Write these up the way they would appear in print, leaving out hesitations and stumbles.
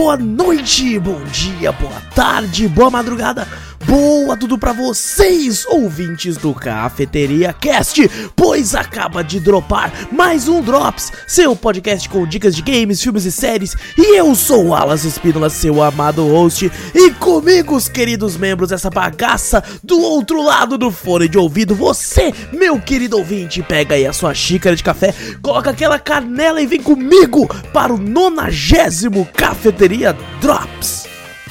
boa noite, bom dia, boa tarde, boa madrugada, boa tudo pra vocês, ouvintes do Cafeteria Cast, pois acaba de dropar mais um Drops, seu podcast com dicas de games, filmes e séries, e eu sou o Alas Espínola, seu amado host, e comigo os queridos membros dessa bagaça do outro lado do fone de ouvido, você, meu querido ouvinte, pega aí a sua xícara de café, coloca aquela canela e vem comigo para o 90º Cafeteria Drops.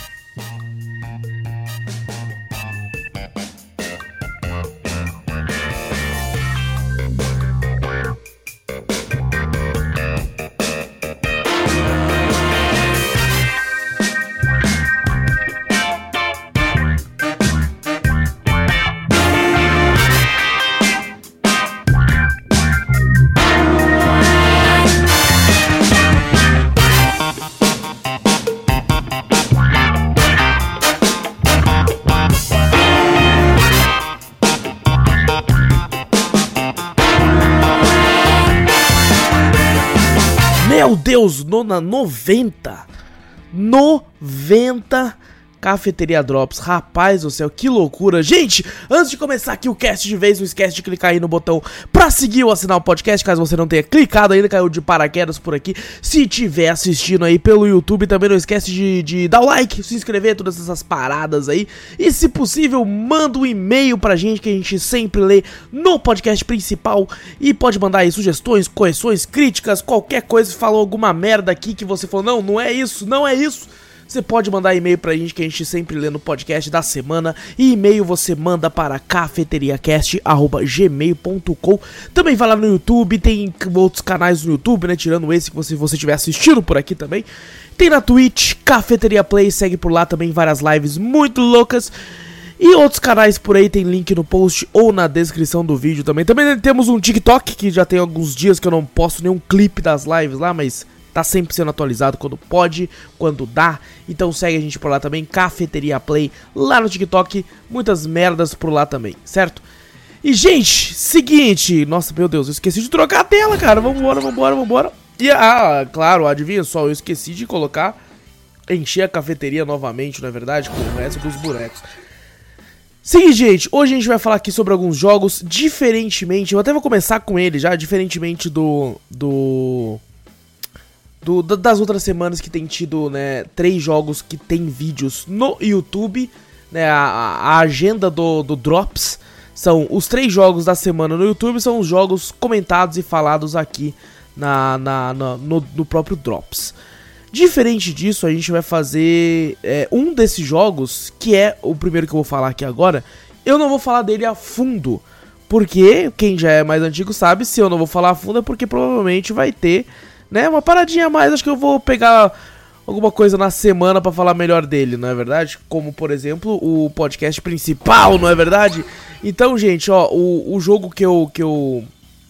Meu Deus, 90 Cafeteria Drops, rapaz do céu, que loucura. Gente, antes de começar aqui o cast de vez, não esquece de clicar aí no botão pra seguir ou assinar o podcast, caso você não tenha clicado ainda, caiu de paraquedas por aqui. Se tiver assistindo aí pelo YouTube, também não esquece de dar o like, se inscrever, todas essas paradas aí. E se possível, manda um e-mail pra gente, que a gente sempre lê no podcast principal. E pode mandar aí sugestões, correções, críticas, qualquer coisa. Se falou alguma merda aqui que você falou, não é isso, não é isso, você pode mandar e-mail pra gente, que a gente sempre lê no podcast da semana. E e-mail você manda para cafeteriacast@gmail.com. Também vai lá no YouTube, tem outros canais no YouTube, né? Tirando esse que você estiver assistindo por aqui também. Tem na Twitch, Cafeteria Play, segue por lá também, várias lives muito loucas. E outros canais por aí, tem link no post ou na descrição do vídeo também. Também temos um TikTok, que já tem alguns dias que eu não posto nenhum clipe das lives lá, mas tá sempre sendo atualizado quando pode, quando dá. Então segue a gente por lá também, Cafeteria Play, lá no TikTok. Muitas merdas por lá também, certo? E gente, seguinte, nossa, meu Deus, eu esqueci de trocar a tela, cara. Vambora. E, claro, adivinha só, eu esqueci de encher a cafeteria novamente, não é verdade? Com o resto dos bonecos. Seguinte, gente, hoje a gente vai falar aqui sobre alguns jogos, diferentemente, eu até vou começar com ele já, diferentemente das outras semanas que tem tido, né, 3 jogos que tem vídeos no YouTube, né, a agenda do Drops são os 3 jogos da semana no YouTube, são os jogos comentados e falados aqui no próprio Drops. Diferente disso, a gente vai fazer um desses jogos, que é o primeiro que eu vou falar aqui agora. Eu não vou falar dele a fundo, porque quem já é mais antigo sabe, se eu não vou falar a fundo é porque provavelmente vai ter, né, uma paradinha a mais. Acho que eu vou pegar alguma coisa na semana pra falar melhor dele, não é verdade? Como, por exemplo, o podcast principal, não é verdade? Então, gente, ó, o jogo que eu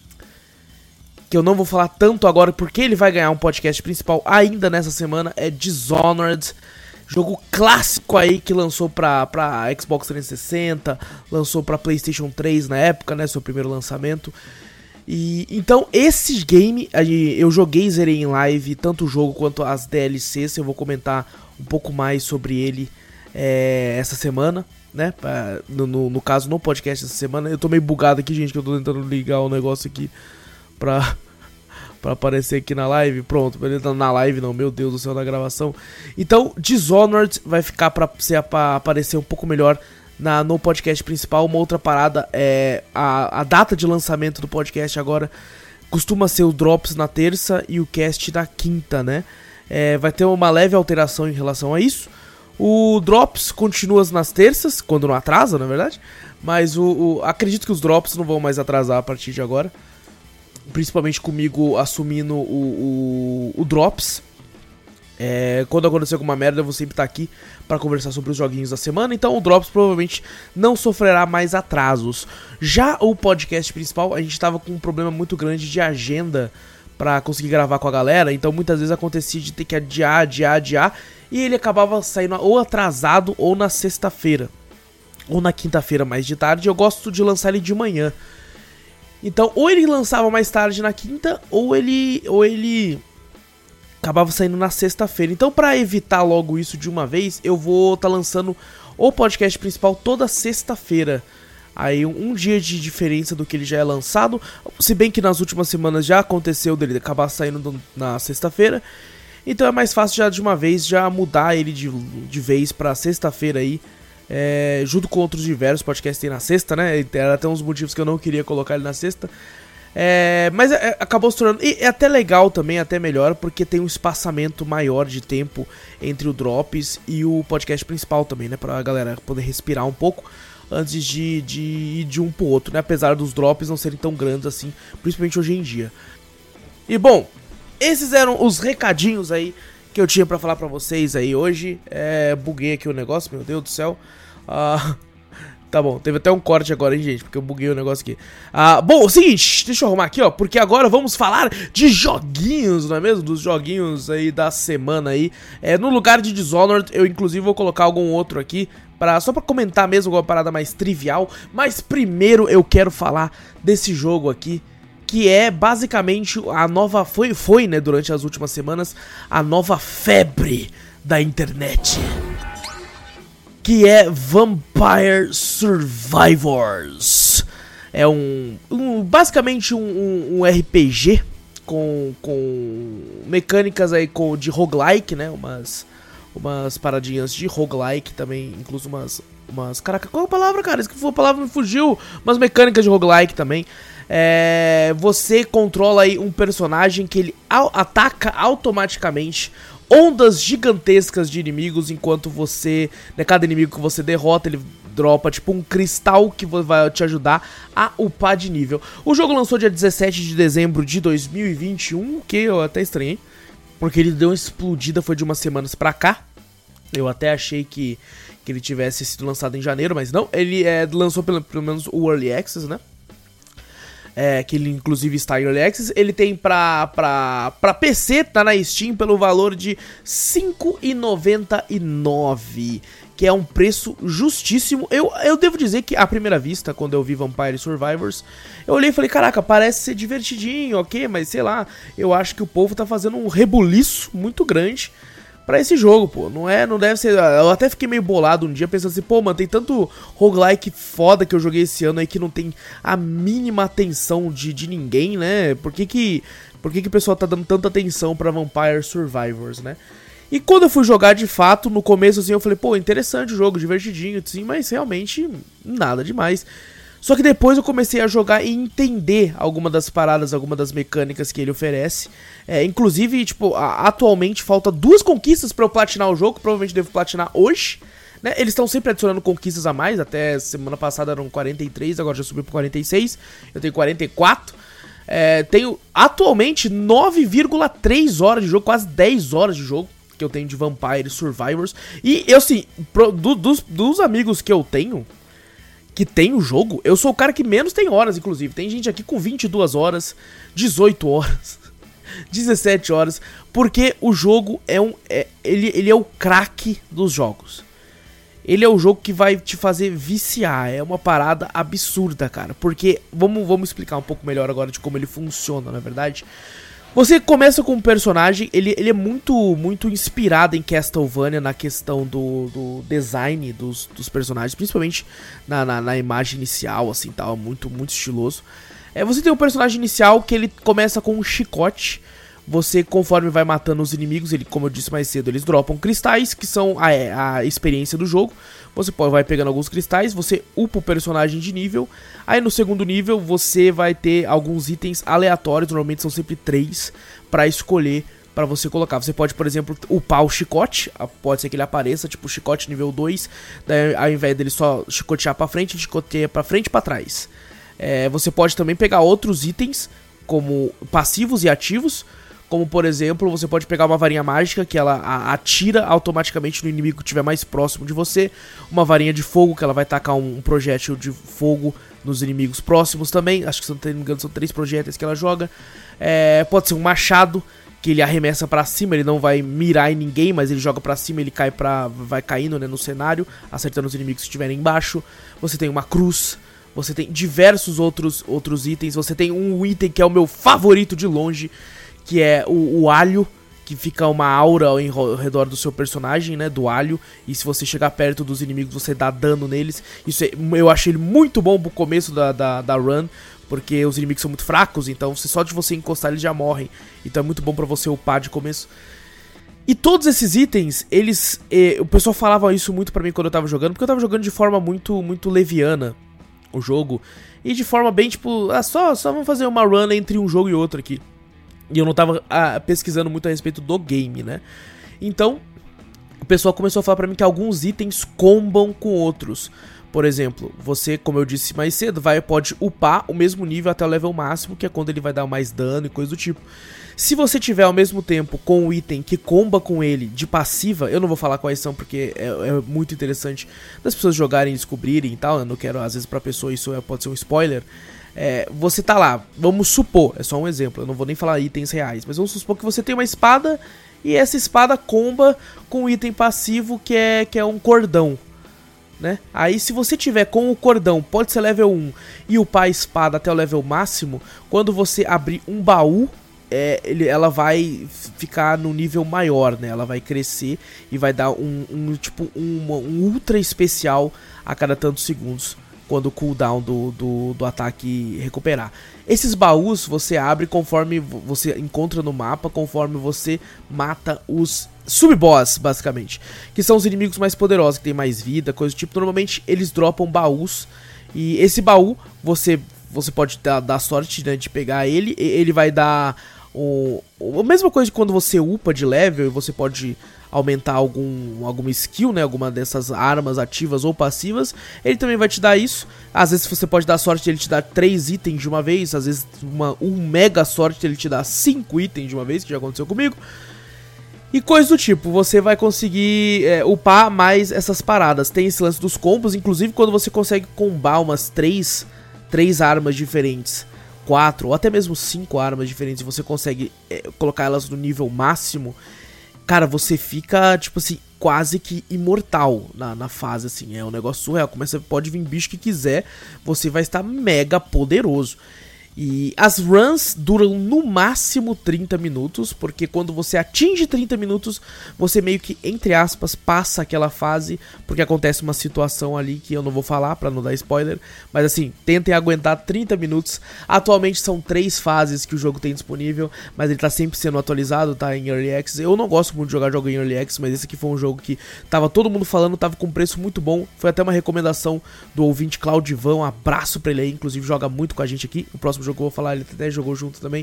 não vou falar tanto agora, porque ele vai ganhar um podcast principal ainda nessa semana, é Dishonored. Jogo clássico aí que lançou pra Xbox 360, lançou pra PlayStation 3 na época, né, seu primeiro lançamento. E então esse game eu joguei e zerei em live, tanto o jogo quanto as DLCs. Eu vou comentar um pouco mais sobre ele essa semana, né? No caso, no podcast essa semana. Eu tô meio bugado aqui, gente, que eu tô tentando ligar o negócio aqui pra aparecer aqui na live. Pronto, na live não, meu Deus do céu, na gravação. Então Dishonored vai ficar pra aparecer um pouco melhor no podcast principal. Uma outra parada é a data de lançamento do podcast agora costuma ser o Drops na terça e o cast na quinta, né? Vai ter uma leve alteração em relação a isso. O Drops continua nas terças, quando não atrasa, na verdade. Mas acredito que os Drops não vão mais atrasar a partir de agora. Principalmente comigo assumindo o Drops. Quando acontecer alguma merda, eu vou sempre estar aqui para conversar sobre os joguinhos da semana. Então o Drops provavelmente não sofrerá mais atrasos. Já o podcast principal, a gente estava com um problema muito grande de agenda para conseguir gravar com a galera. Então muitas vezes acontecia de ter que adiar. E ele acabava saindo ou atrasado ou na sexta-feira. Ou na quinta-feira mais de tarde. Eu gosto de lançar ele de manhã. Então ou ele lançava mais tarde na quinta, ou ele acabava saindo na sexta-feira. Então, pra evitar logo isso de uma vez, eu vou estar lançando o podcast principal toda sexta-feira. Aí um dia de diferença do que ele já é lançado. Se bem que nas últimas semanas já aconteceu dele acabar saindo na sexta-feira. Então é mais fácil já de uma vez já mudar ele de vez pra sexta-feira aí. Junto com outros diversos podcasts que tem na sexta, né? Era até uns motivos que eu não queria colocar ele na sexta. Mas acabou se tornando. E é até legal também, até melhor, porque tem um espaçamento maior de tempo entre o Drops e o podcast principal também, né? Pra galera poder respirar um pouco antes de ir de um pro outro, né? Apesar dos drops não serem tão grandes assim, principalmente hoje em dia. E bom, esses eram os recadinhos aí que eu tinha pra falar pra vocês aí hoje. Buguei aqui o negócio, meu Deus do céu. Tá bom, teve até um corte agora, hein, gente, porque eu buguei o negócio aqui. Bom, é o seguinte, deixa eu arrumar aqui, ó, porque agora vamos falar de joguinhos, não é mesmo? Dos joguinhos aí da semana aí. No lugar de Dishonored, eu inclusive vou colocar algum outro aqui, só pra comentar mesmo, alguma parada mais trivial. Mas primeiro eu quero falar desse jogo aqui, que é basicamente a nova, foi, né, durante as últimas semanas, a nova febre da internet. Que é Vampire Survivors. É basicamente um RPG com mecânicas aí de roguelike, né? Umas paradinhas de roguelike também, incluso umas... Caraca, qual é a palavra, cara? A palavra me fugiu. Umas mecânicas de roguelike também. Você controla aí um personagem que ele ataca automaticamente ondas gigantescas de inimigos, enquanto você, né, cada inimigo que você derrota, ele dropa tipo um cristal que vai te ajudar a upar de nível. O jogo lançou dia 17 de dezembro de 2021, que eu até estranhei, porque ele deu uma explodida, foi de umas semanas pra cá. Eu até achei que ele tivesse sido lançado em janeiro, mas não, ele lançou pelo menos o Early Access, né? Que ele inclusive está em Early Access. Ele tem pra PC, tá na Steam pelo valor de R$ 5,99, que é um preço justíssimo. Eu devo dizer que à primeira vista, quando eu vi Vampire Survivors, eu olhei e falei, caraca, parece ser divertidinho, ok, mas sei lá, eu acho que o povo tá fazendo um rebuliço muito grande pra esse jogo, pô. Não deve ser... Eu até fiquei meio bolado um dia pensando assim, pô, mano, tem tanto roguelike foda que eu joguei esse ano aí que não tem a mínima atenção de ninguém, né? Por que o pessoal tá dando tanta atenção pra Vampire Survivors, né? E quando eu fui jogar de fato, no começo assim, eu falei, pô, interessante o jogo, divertidinho, sim, mas realmente nada demais. Só que depois eu comecei a jogar e entender algumas das paradas, algumas das mecânicas que ele oferece. Inclusive, tipo, atualmente falta 2 conquistas pra eu platinar o jogo, provavelmente devo platinar hoje, né? Eles estão sempre adicionando conquistas a mais, até semana passada eram 43, agora já subiu pra 46, eu tenho 44. Tenho atualmente 9,3 horas de jogo, quase 10 horas de jogo que eu tenho de Vampire Survivors. E eu, assim, dos amigos que eu tenho, que tem o jogo, eu sou o cara que menos tem horas, inclusive. Tem gente aqui com 22 horas, 18 horas, 17 horas, porque o jogo ele é o craque dos jogos. Ele é o jogo que vai te fazer viciar, é uma parada absurda, cara. Porque, vamos explicar um pouco melhor agora de como ele funciona, na verdade. Você começa com um personagem, ele é muito inspirado em Castlevania na questão do design dos personagens, principalmente na imagem inicial, assim, tal, muito estiloso. Você tem um personagem inicial que ele começa com um chicote. Você, conforme vai matando os inimigos, como eu disse mais cedo, eles dropam cristais, que são a experiência do jogo. Você vai pegando alguns cristais, você upa o personagem de nível. Aí no segundo nível você vai ter alguns itens aleatórios, normalmente são sempre 3, pra escolher pra você colocar. Você pode, por exemplo, upar o chicote, pode ser que ele apareça, tipo chicote nível 2, daí ao invés dele só chicotear pra frente, ele chicoteia pra frente e pra trás. Você pode também pegar outros itens, como passivos e ativos. Como, por exemplo, você pode pegar uma varinha mágica que ela atira automaticamente no inimigo que estiver mais próximo de você. Uma varinha de fogo que ela vai tacar um projétil de fogo nos inimigos próximos também. Acho que, se não me engano, são 3 projéteis que ela joga. Pode ser um machado que ele arremessa pra cima, ele não vai mirar em ninguém, mas ele joga pra cima, ele vai caindo, né, no cenário, acertando os inimigos que estiverem embaixo. Você tem uma cruz. Você tem diversos outros itens. Você tem um item que é o meu favorito de longe, que é o alho, que fica uma aura ao redor do seu personagem, né, do alho, e se você chegar perto dos inimigos você dá dano neles. Isso eu achei ele muito bom pro começo da run, porque os inimigos são muito fracos, então só de você encostar eles já morrem, então é muito bom pra você upar de começo. E todos esses itens, o pessoal falava isso muito pra mim quando eu tava jogando, porque eu tava jogando de forma muito leviana o jogo, e de forma bem tipo, só vamos fazer uma run entre um jogo e outro aqui. E eu não tava pesquisando muito a respeito do game, né? Então, o pessoal começou a falar pra mim que alguns itens combam com outros. Por exemplo, você, como eu disse mais cedo, pode upar o mesmo nível até o level máximo, que é quando ele vai dar mais dano e coisa do tipo. Se você tiver ao mesmo tempo com o item que comba com ele de passiva, eu não vou falar quais são porque é muito interessante das pessoas jogarem e descobrirem e tal, eu não quero, às vezes pra pessoa isso pode ser um spoiler. Você tá lá, vamos supor, é só um exemplo, eu não vou nem falar itens reais, mas vamos supor que você tem uma espada e essa espada comba com um item passivo que é um cordão, né? Aí se você tiver com o cordão, pode ser level 1 e upar a espada até o level máximo, quando você abrir um baú, ela vai ficar no nível maior, né? Ela vai crescer e vai dar um ultra especial a cada tantos segundos, quando o cooldown do ataque recuperar. Esses baús você abre conforme você encontra no mapa, conforme você mata os sub-boss, basicamente, que são os inimigos mais poderosos, que tem mais vida, coisa do tipo. Normalmente eles dropam baús, e esse baú você pode dar sorte, né, de pegar ele vai dar a mesma coisa de quando você upa de level, e você pode aumentar alguma skill, né, alguma dessas armas ativas ou passivas, ele também vai te dar isso. Às vezes você pode dar sorte de ele te dar 3 itens de uma vez, às vezes mega sorte de ele te dar 5 itens de uma vez, que já aconteceu comigo. E coisa do tipo, você vai conseguir upar mais essas paradas. Tem esse lance dos combos, inclusive quando você consegue combar umas 3 armas diferentes, 4 ou até mesmo 5 armas diferentes, e você consegue colocar elas no nível máximo, cara, você fica, tipo assim, quase que imortal na fase, assim. É um negócio surreal. Pode vir bicho que quiser, você vai estar mega poderoso. E as runs duram no máximo 30 minutos, porque quando você atinge 30 minutos, você meio que, entre aspas, passa aquela fase, porque acontece uma situação ali que eu não vou falar pra não dar spoiler, mas assim, tentem aguentar 30 minutos. Atualmente são 3 fases que o jogo tem disponível, mas ele tá sempre sendo atualizado, tá em Early Access. Eu não gosto muito de jogar jogo em Early Access, mas esse aqui foi um jogo que tava todo mundo falando, tava com preço muito bom. Foi até uma recomendação do ouvinte Claudivão, um abraço pra ele aí, inclusive joga muito com a gente aqui. O próximo jogo que eu vou falar, ele até jogou junto também.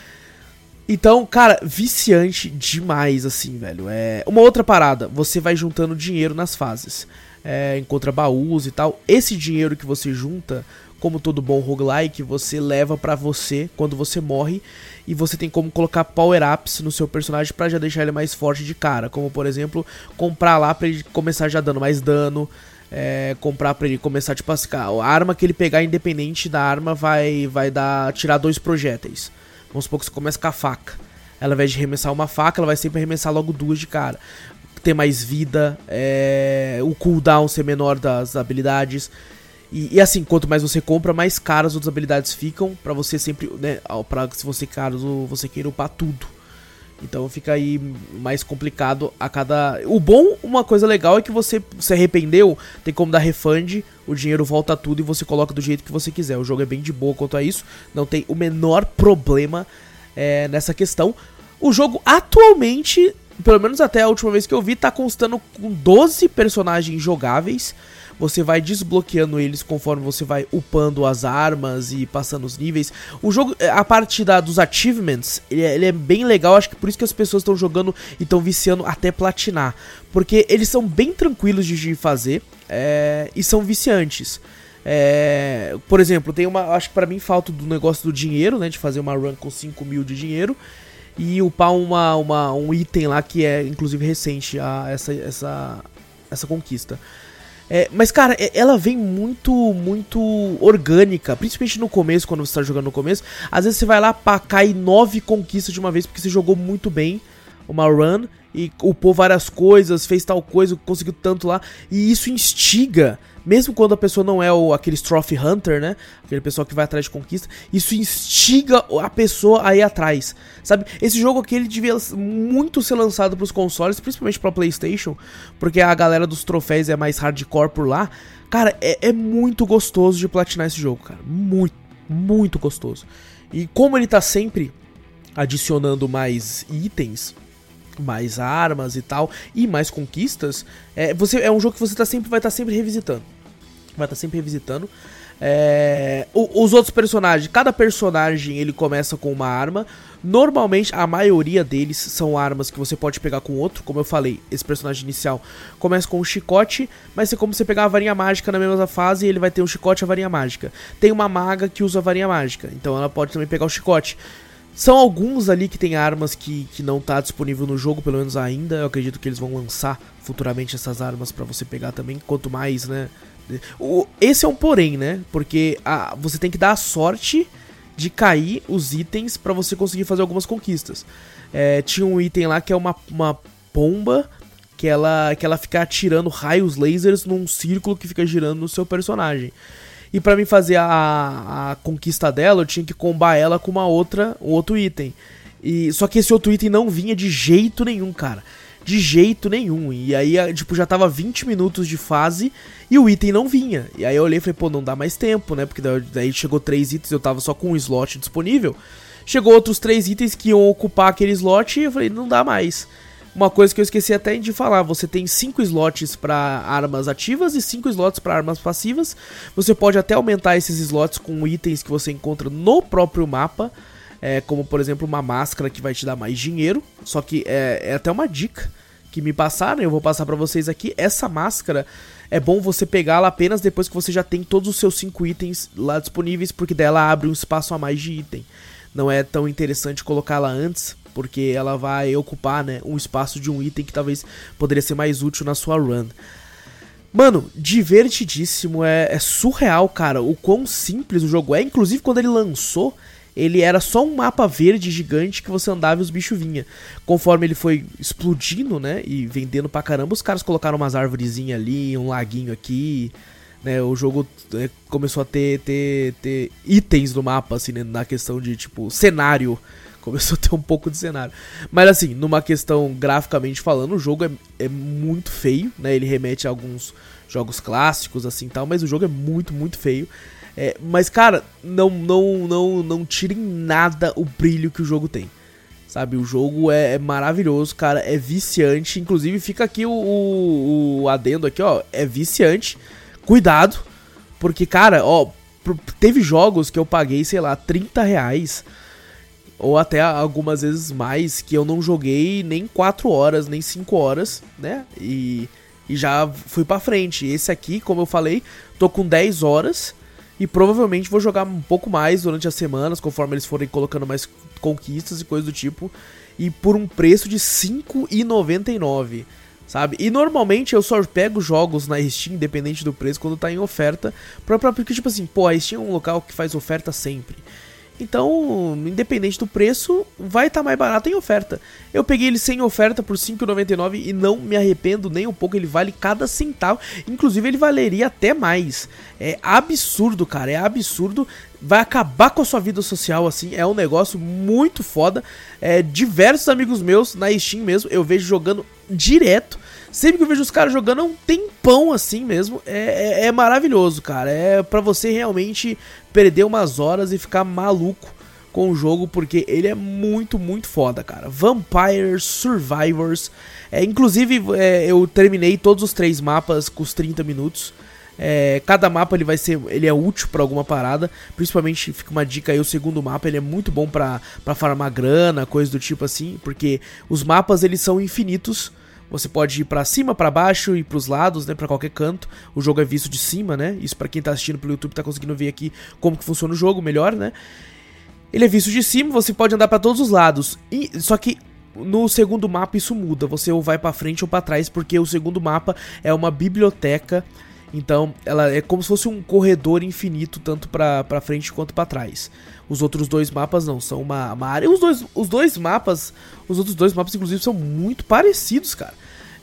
Então, cara, viciante demais, assim, velho. Uma outra parada, você vai juntando dinheiro nas fases. Encontra baús e tal. Esse dinheiro que você junta, como todo bom roguelike, você leva pra você quando você morre. E você tem como colocar power-ups no seu personagem pra já deixar ele mais forte de cara. Como, por exemplo, comprar lá pra ele começar já dando mais dano. Comprar pra ele começar, tipo assim, a arma que ele pegar, independente da arma, vai tirar 2 projéteis. Vamos supor que você começa com a faca. Ela, ao invés de arremessar uma faca, ela vai sempre arremessar logo 2 de cara. Ter mais vida, o cooldown ser menor das habilidades. E assim, quanto mais você compra, mais caras as outras habilidades ficam, pra você sempre, né, se você queira upar tudo. Então fica aí mais complicado a cada... O bom, uma coisa legal é que você se arrependeu, tem como dar refund, o dinheiro volta tudo e você coloca do jeito que você quiser. O jogo é bem de boa quanto a isso, não tem o menor problema nessa questão. O jogo atualmente, pelo menos até a última vez que eu vi, tá constando com 12 personagens jogáveis. Você vai desbloqueando eles conforme você vai upando as armas e passando os níveis. O jogo, a parte dos achievements, ele é bem legal. Acho que por isso que as pessoas estão jogando e estão viciando até platinar. Porque eles são bem tranquilos de fazer e são viciantes. Por exemplo, tem acho que pra mim falta do negócio do dinheiro, né? De fazer uma run com 5 mil de dinheiro. E upar um item lá que é inclusive recente essa conquista. Mas cara, ela vem muito orgânica, principalmente no começo, quando você tá jogando no começo. Às vezes você vai lá pra cair 9 conquistas de uma vez, porque você jogou muito bem uma run e upou várias coisas, fez tal coisa, conseguiu tanto lá. E isso instiga mesmo quando a pessoa não é aquele Trophy Hunter, né? Aquele pessoal que vai atrás de conquista, isso instiga a pessoa a ir atrás, sabe? Esse jogo aqui, ele devia muito ser lançado pros consoles, principalmente pra PlayStation, porque a galera dos troféus é mais hardcore por lá. Cara, é muito gostoso de platinar esse jogo, cara. Muito, muito gostoso. E como ele tá sempre adicionando mais itens, mais armas e tal, e mais conquistas, é um jogo que você vai estar sempre revisitando. Os outros personagens, cada personagem ele começa com uma arma. Normalmente a maioria deles são armas que você pode pegar com outro. Como eu falei, esse personagem inicial começa com um chicote, mas é como você pegar a varinha mágica na mesma fase, ele vai ter um chicote e a varinha mágica. Tem uma maga que usa a varinha mágica, então ela pode também pegar o chicote. São alguns ali que tem armas que não tá disponível no jogo, pelo menos ainda. Eu acredito que eles vão lançar futuramente essas armas pra você pegar também, quanto mais, né? Esse é um porém, né? Porque você tem que dar a sorte de cair os itens pra você conseguir fazer algumas conquistas. Tinha um item lá que é uma pomba que ela fica atirando raios lasers num círculo que fica girando no seu personagem. E pra mim fazer a conquista dela, eu tinha que combar ela com um outro item. Só que esse outro item não vinha de jeito nenhum, cara. De jeito nenhum. E aí, tipo, já tava 20 minutos de fase e o item não vinha. E aí eu olhei e falei, pô, não dá mais tempo, né? Porque daí chegou 3 itens, eu tava só com um slot disponível. Chegou outros 3 itens que iam ocupar aquele slot e eu falei, não dá mais. Uma coisa que eu esqueci até de falar, você tem 5 slots para armas ativas e 5 slots para armas passivas. Você pode até aumentar esses slots com itens que você encontra no próprio mapa. Como por exemplo uma máscara que vai te dar mais dinheiro. Só que é até uma dica que me passaram, eu vou passar pra vocês aqui. Essa máscara é bom você pegá-la apenas depois que você já tem todos os seus 5 itens lá disponíveis, porque daí ela abre um espaço a mais de item. Não é tão interessante colocá-la antes, porque ela vai ocupar, né, um espaço de um item que talvez poderia ser mais útil na sua run. Mano, divertidíssimo, é surreal, cara, o quão simples o jogo é. Inclusive quando ele lançou, ele era só um mapa verde gigante que você andava e os bichos vinham. Conforme ele foi explodindo, né, e vendendo pra caramba, os caras colocaram umas arvorezinhas ali, um laguinho aqui, né, o jogo começou a ter itens no mapa, assim, né, na questão de, tipo, cenário. Começou a ter um pouco de cenário. Mas assim, numa questão graficamente falando, o jogo é muito feio, né, ele remete a alguns jogos clássicos, assim, tal, mas o jogo é muito, muito feio. Mas, cara, não tirem nada o brilho que o jogo tem, sabe? O jogo é maravilhoso, cara, é viciante. Inclusive, fica aqui o adendo aqui, ó, é viciante. Cuidado, porque, cara, ó, teve jogos que eu paguei, sei lá, R$30, ou até algumas vezes mais, que eu não joguei nem 4 horas, nem 5 horas, né? E já fui pra frente. Esse aqui, como eu falei, tô com 10 horas... E provavelmente vou jogar um pouco mais durante as semanas, conforme eles forem colocando mais conquistas e coisas do tipo. E por um preço de R$5,99, sabe? E normalmente eu só pego jogos na Steam, independente do preço, quando tá em oferta. Porque, tipo assim, pô, a Steam é um local que faz oferta sempre. Então, independente do preço, vai estar mais barato em oferta. Eu peguei ele sem oferta por R$5,99 e não me arrependo nem um pouco, ele vale cada centavo. Inclusive ele valeria até mais. É absurdo, cara, é absurdo. Vai acabar com a sua vida social, assim, é um negócio muito foda. Diversos amigos meus, na Steam mesmo, eu vejo jogando direto. Sempre que eu vejo os caras jogando, é um tempão assim mesmo. É maravilhoso, cara. É pra você realmente perder umas horas e ficar maluco com o jogo, porque ele é muito, muito foda, cara. Vampire Survivors. Inclusive, eu terminei todos os 3 mapas com os 30 minutos. Cada mapa ele é útil pra alguma parada. Principalmente, fica uma dica aí, o segundo mapa ele é muito bom pra farmar grana, coisa do tipo assim. Porque os mapas eles são infinitos. Você pode ir pra cima, pra baixo e pros lados, né, pra qualquer canto. O jogo é visto de cima, né, isso pra quem tá assistindo pelo YouTube tá conseguindo ver aqui como que funciona o jogo melhor, né. Ele é visto de cima, você pode andar pra todos os lados. Só que no segundo mapa isso muda, você ou vai pra frente ou pra trás, porque o segundo mapa é uma biblioteca. Então, ela é como se fosse um corredor infinito, tanto pra frente quanto pra trás. Os outros 2 mapas não, são uma área. Os outros dois mapas, inclusive, são muito parecidos, cara.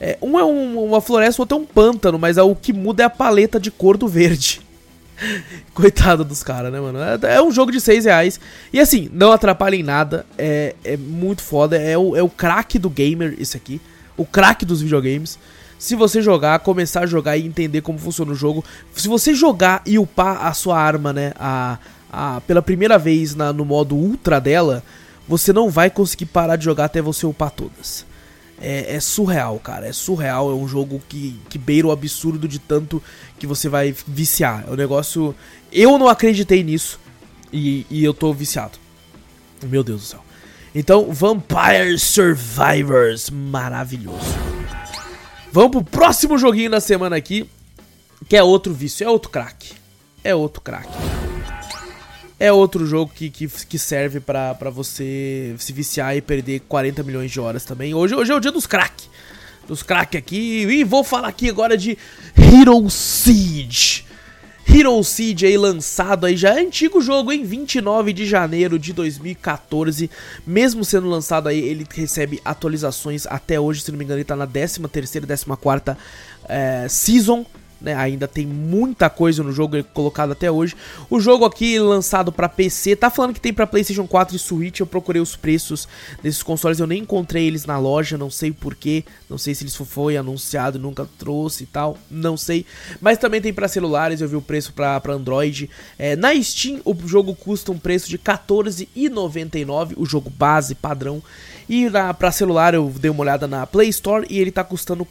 Um é uma floresta, o outro é um pântano, mas o que muda é a paleta de cor do verde. Coitado dos caras, né, mano? É um jogo de R$6. E assim, não atrapalha em nada. É muito foda. É o craque do gamer, esse aqui. O craque dos videogames. Se você jogar, começar a jogar e entender como funciona o jogo. Se você jogar e upar a sua arma, né, pela primeira vez no modo ultra dela, você não vai conseguir parar de jogar até você upar todas. É surreal, cara, é surreal, é um jogo que beira o absurdo de tanto que você vai viciar. É um negócio... Eu não acreditei nisso e eu tô viciado. Meu Deus do céu. Então, Vampire Survivors, maravilhoso. Vamos pro próximo joguinho da semana aqui, que é outro vício, é outro craque. É outro craque. É outro jogo que serve pra você se viciar e perder 40 milhões de horas também. Hoje é o dia dos crack. Dos crack aqui. E vou falar aqui agora de Hero Siege. Hero Siege aí lançado aí, já é antigo jogo, hein? 29 de janeiro de 2014. Mesmo sendo lançado aí, ele recebe atualizações até hoje. Se não me engano, ele tá na 13ª, 14ª Season. Né, ainda tem muita coisa no jogo colocado até hoje. O jogo aqui lançado pra PC, tá falando que tem pra PlayStation 4 e Switch. Eu procurei os preços desses consoles, eu nem encontrei eles na loja, não sei porquê. Não sei se eles foi anunciado, nunca trouxe e tal, não sei. Mas também tem pra celulares, eu vi o preço pra Android. Na Steam o jogo custa um preço de R$14,99, o jogo base, padrão. E pra celular eu dei uma olhada na Play Store e ele tá custando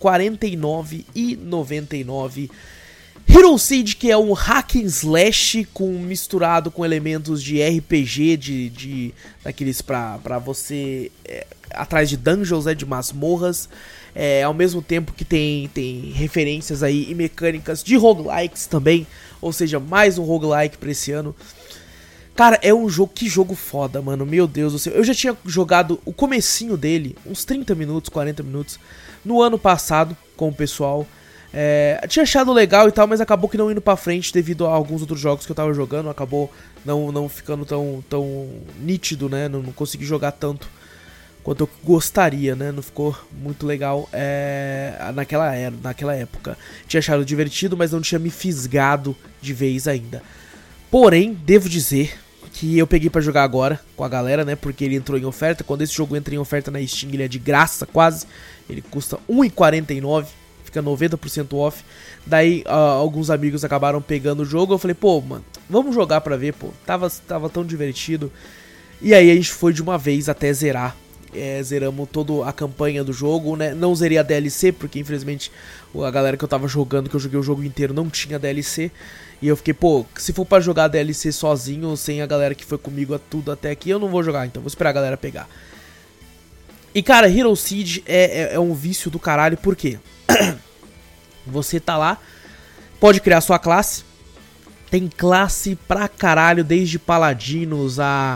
R$49,99. Hero Siege, que é um hack and slash misturado com elementos de RPG, daqueles pra você atrás de dungeons, de masmorras. Ao mesmo tempo que tem referências aí e mecânicas de roguelikes também, ou seja, mais um roguelike pra esse ano. Cara, é um jogo, que jogo foda, mano, meu Deus do céu. Eu já tinha jogado o comecinho dele, uns 30 minutos, 40 minutos, no ano passado com o pessoal. Tinha achado legal e tal, mas acabou que não indo pra frente devido a alguns outros jogos que eu tava jogando. Acabou não ficando tão nítido, né, não consegui jogar tanto quanto eu gostaria, né, não ficou muito legal naquela época. Tinha achado divertido, mas não tinha me fisgado de vez ainda. Porém, devo dizer que eu peguei pra jogar agora com a galera, né, porque ele entrou em oferta. Quando esse jogo entra em oferta na Steam, ele é de graça quase. Ele custa R$1,49, fica 90% off. Daí alguns amigos acabaram pegando o jogo. Eu falei, pô, mano, vamos jogar pra ver, pô. Tava tão divertido. E aí a gente foi de uma vez até zerar. Zeramos toda a campanha do jogo, né? Não zerei a DLC, porque infelizmente a galera que eu tava jogando, que eu joguei o jogo inteiro, não tinha DLC. E eu fiquei, pô, se for pra jogar DLC sozinho, sem a galera que foi comigo tudo até aqui, eu não vou jogar, então vou esperar a galera pegar. E cara, Hero Siege é um vício do caralho, por quê? Você tá lá, pode criar sua classe. Tem classe pra caralho, desde paladinos a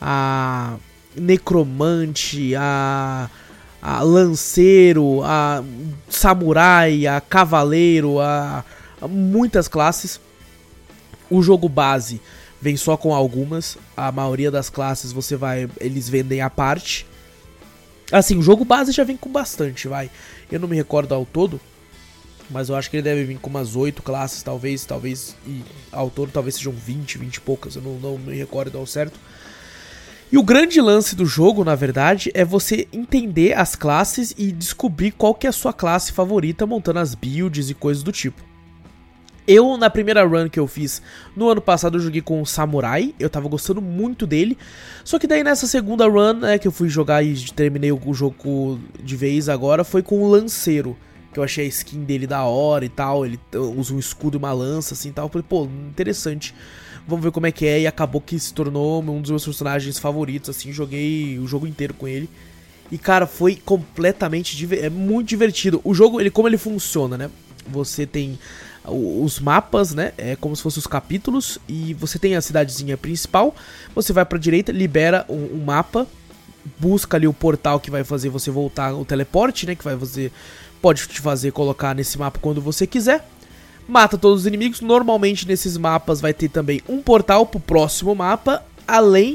necromante, a lanceiro, a samurai, a cavaleiro, a muitas classes. O jogo base vem só com algumas. A maioria das classes eles vendem à parte. Assim, o jogo base já vem com bastante, vai. Eu não me recordo ao todo, mas eu acho que ele deve vir com umas 8 classes, talvez, e ao todo talvez sejam 20 e poucas, eu não me recordo ao certo. E o grande lance do jogo, na verdade, é você entender as classes e descobrir qual que é a sua classe favorita, montando as builds e coisas do tipo. Eu, na primeira run que eu fiz no ano passado, eu joguei com o Samurai, eu tava gostando muito dele. Só que daí nessa segunda run, né, que eu fui jogar e terminei o jogo de vez agora, foi com o Lanceiro. Que eu achei a skin dele da hora e tal, ele usa um escudo e uma lança assim e tal. Eu falei, pô, interessante, vamos ver como é que é. E acabou que se tornou um dos meus personagens favoritos, assim, joguei o jogo inteiro com ele. E cara, foi completamente, muito divertido. O jogo, como ele funciona, né, você tem os mapas, né, como se fossem os capítulos, e você tem a cidadezinha principal, você vai pra direita, libera um mapa, busca ali o portal que vai fazer você voltar, o teleporte, né, pode te fazer colocar nesse mapa quando você quiser, mata todos os inimigos. Normalmente nesses mapas vai ter também um portal pro próximo mapa, além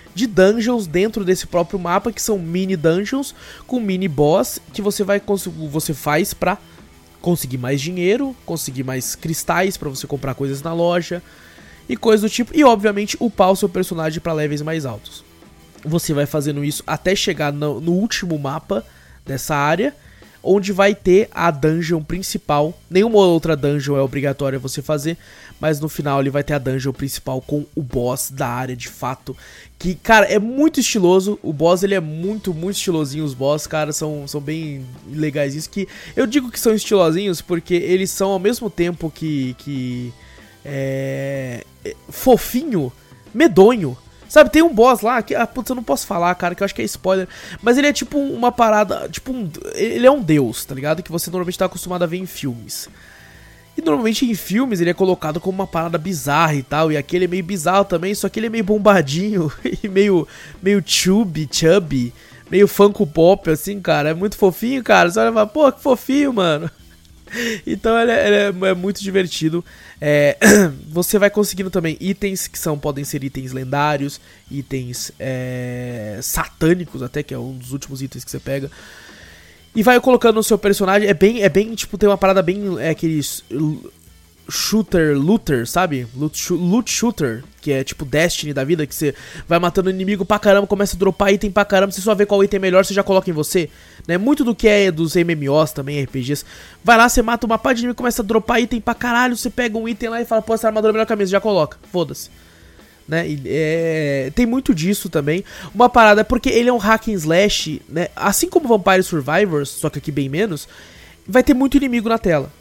de dungeons dentro desse próprio mapa, que são mini dungeons com mini boss que você faz pra conseguir mais dinheiro, conseguir mais cristais pra você comprar coisas na loja e coisas do tipo, e obviamente upar o seu personagem pra levels mais altos. Você vai fazendo isso até chegar no último mapa dessa área, onde vai ter a dungeon principal. Nenhuma outra dungeon é obrigatória você fazer, mas no final ele vai ter a dungeon principal com o boss da área de fato. Que, cara, é muito estiloso. O boss, ele é muito, muito estilosinho. Os boss, cara, são bem legaisinhos. Que eu digo que são estilosinhos porque eles são ao mesmo tempo que fofinho, medonho. Sabe, tem um boss lá que, putz, eu não posso falar, cara, que eu acho que é spoiler. Mas ele é tipo uma parada, ele é um deus, tá ligado? Que você normalmente tá acostumado a ver em filmes. E normalmente em filmes ele é colocado como uma parada bizarra e tal. E aqui ele é meio bizarro também, só que ele é meio bombadinho e meio chubby, meio Funko Pop, assim, cara. É muito fofinho, cara. Você olha e fala, pô, que fofinho, mano. Então ele é muito divertido. Você vai conseguindo também itens que podem ser itens lendários, itens satânicos até, que é um dos últimos itens que você pega. E vai colocando no seu personagem. É bem tipo, tem uma parada bem, aqueles looter, sabe? Loot shooter, que é tipo Destiny da vida, que você vai matando inimigo pra caramba, começa a dropar item pra caramba, você só vê qual item é melhor, você já coloca em você, né? Muito do que é dos MMOs também, RPGs. Vai lá, você mata uma parte de inimigo, começa a dropar item pra caralho, você pega um item lá e fala, pô, essa armadura é melhor que a minha, já coloca, foda-se. Né? Tem muito disso também. Uma parada é porque ele é um hack and slash, né? Assim como Vampire Survivors, só que aqui bem menos. Vai ter muito inimigo na tela.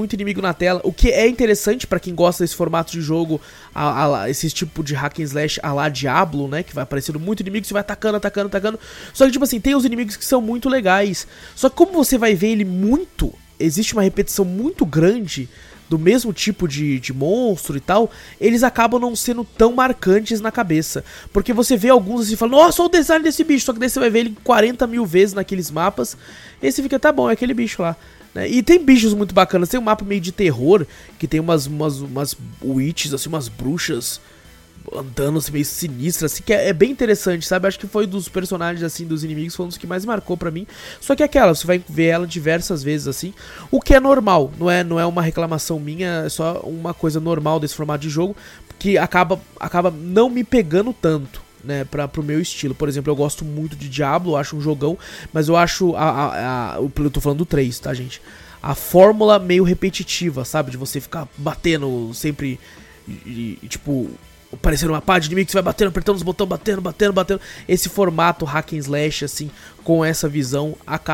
O que é interessante pra quem gosta desse formato de jogo, esse tipo de hack and slash a la Diablo, né? Que vai aparecendo muito inimigo, você vai atacando. Só que, tipo assim, tem os inimigos que são muito legais. Só que como você vai ver ele muito, existe uma repetição muito grande do mesmo tipo de monstro e tal, eles acabam não sendo tão marcantes na cabeça. Porque você vê alguns assim e fala, nossa, olha o design desse bicho. Só que daí você vai ver ele 40 mil vezes naqueles mapas. E você fica, tá bom, é aquele bicho lá. E tem bichos muito bacanas. Tem um mapa meio de terror, que tem umas witches, assim, umas bruxas andando assim, meio sinistras, assim, que é bem interessante, sabe? Acho que foi dos personagens, assim, dos inimigos, foi um dos que mais marcou pra mim. Só que você vai ver ela diversas vezes, assim, o que é normal, não é uma reclamação minha, é só uma coisa normal desse formato de jogo, que acaba não me pegando tanto, né, pro meu estilo. Por exemplo, eu gosto muito de Diablo, eu acho um jogão, mas eu acho, eu tô falando do 3, tá, gente? A fórmula meio repetitiva, sabe? De você ficar batendo sempre, tipo, parecendo uma pá de inimigo que você vai batendo, apertando os botões, batendo. Esse formato hack and slash, assim, com essa visão,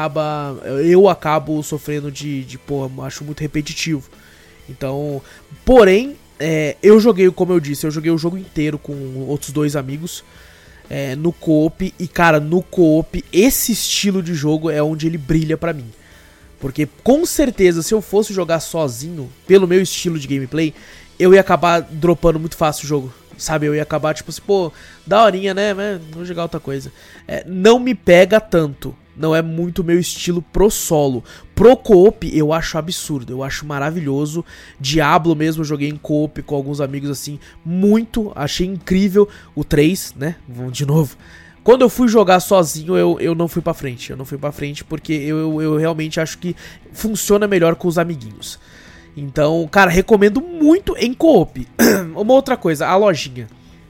eu acabo sofrendo porra, acho muito repetitivo. Então, porém, eu joguei, como eu disse, o jogo inteiro com outros 2 amigos, no co-op, e cara, no co-op, esse estilo de jogo é onde ele brilha pra mim. Porque, com certeza, se eu fosse jogar sozinho, pelo meu estilo de gameplay, eu ia acabar dropando muito fácil o jogo, sabe? Eu ia acabar, tipo assim, pô, daorinha, né? Vamos jogar outra coisa. Não me pega tanto. Não é muito meu estilo pro solo. Pro co-op eu acho absurdo, eu acho maravilhoso. Diablo mesmo, eu joguei em co-op com alguns amigos assim, muito, achei incrível. O 3, né? Vamos de novo. Quando eu fui jogar sozinho, eu não fui pra frente. Eu não fui pra frente porque eu realmente acho que funciona melhor com os amiguinhos. Então, cara, recomendo muito em co-op. Uma outra coisa, a lojinha.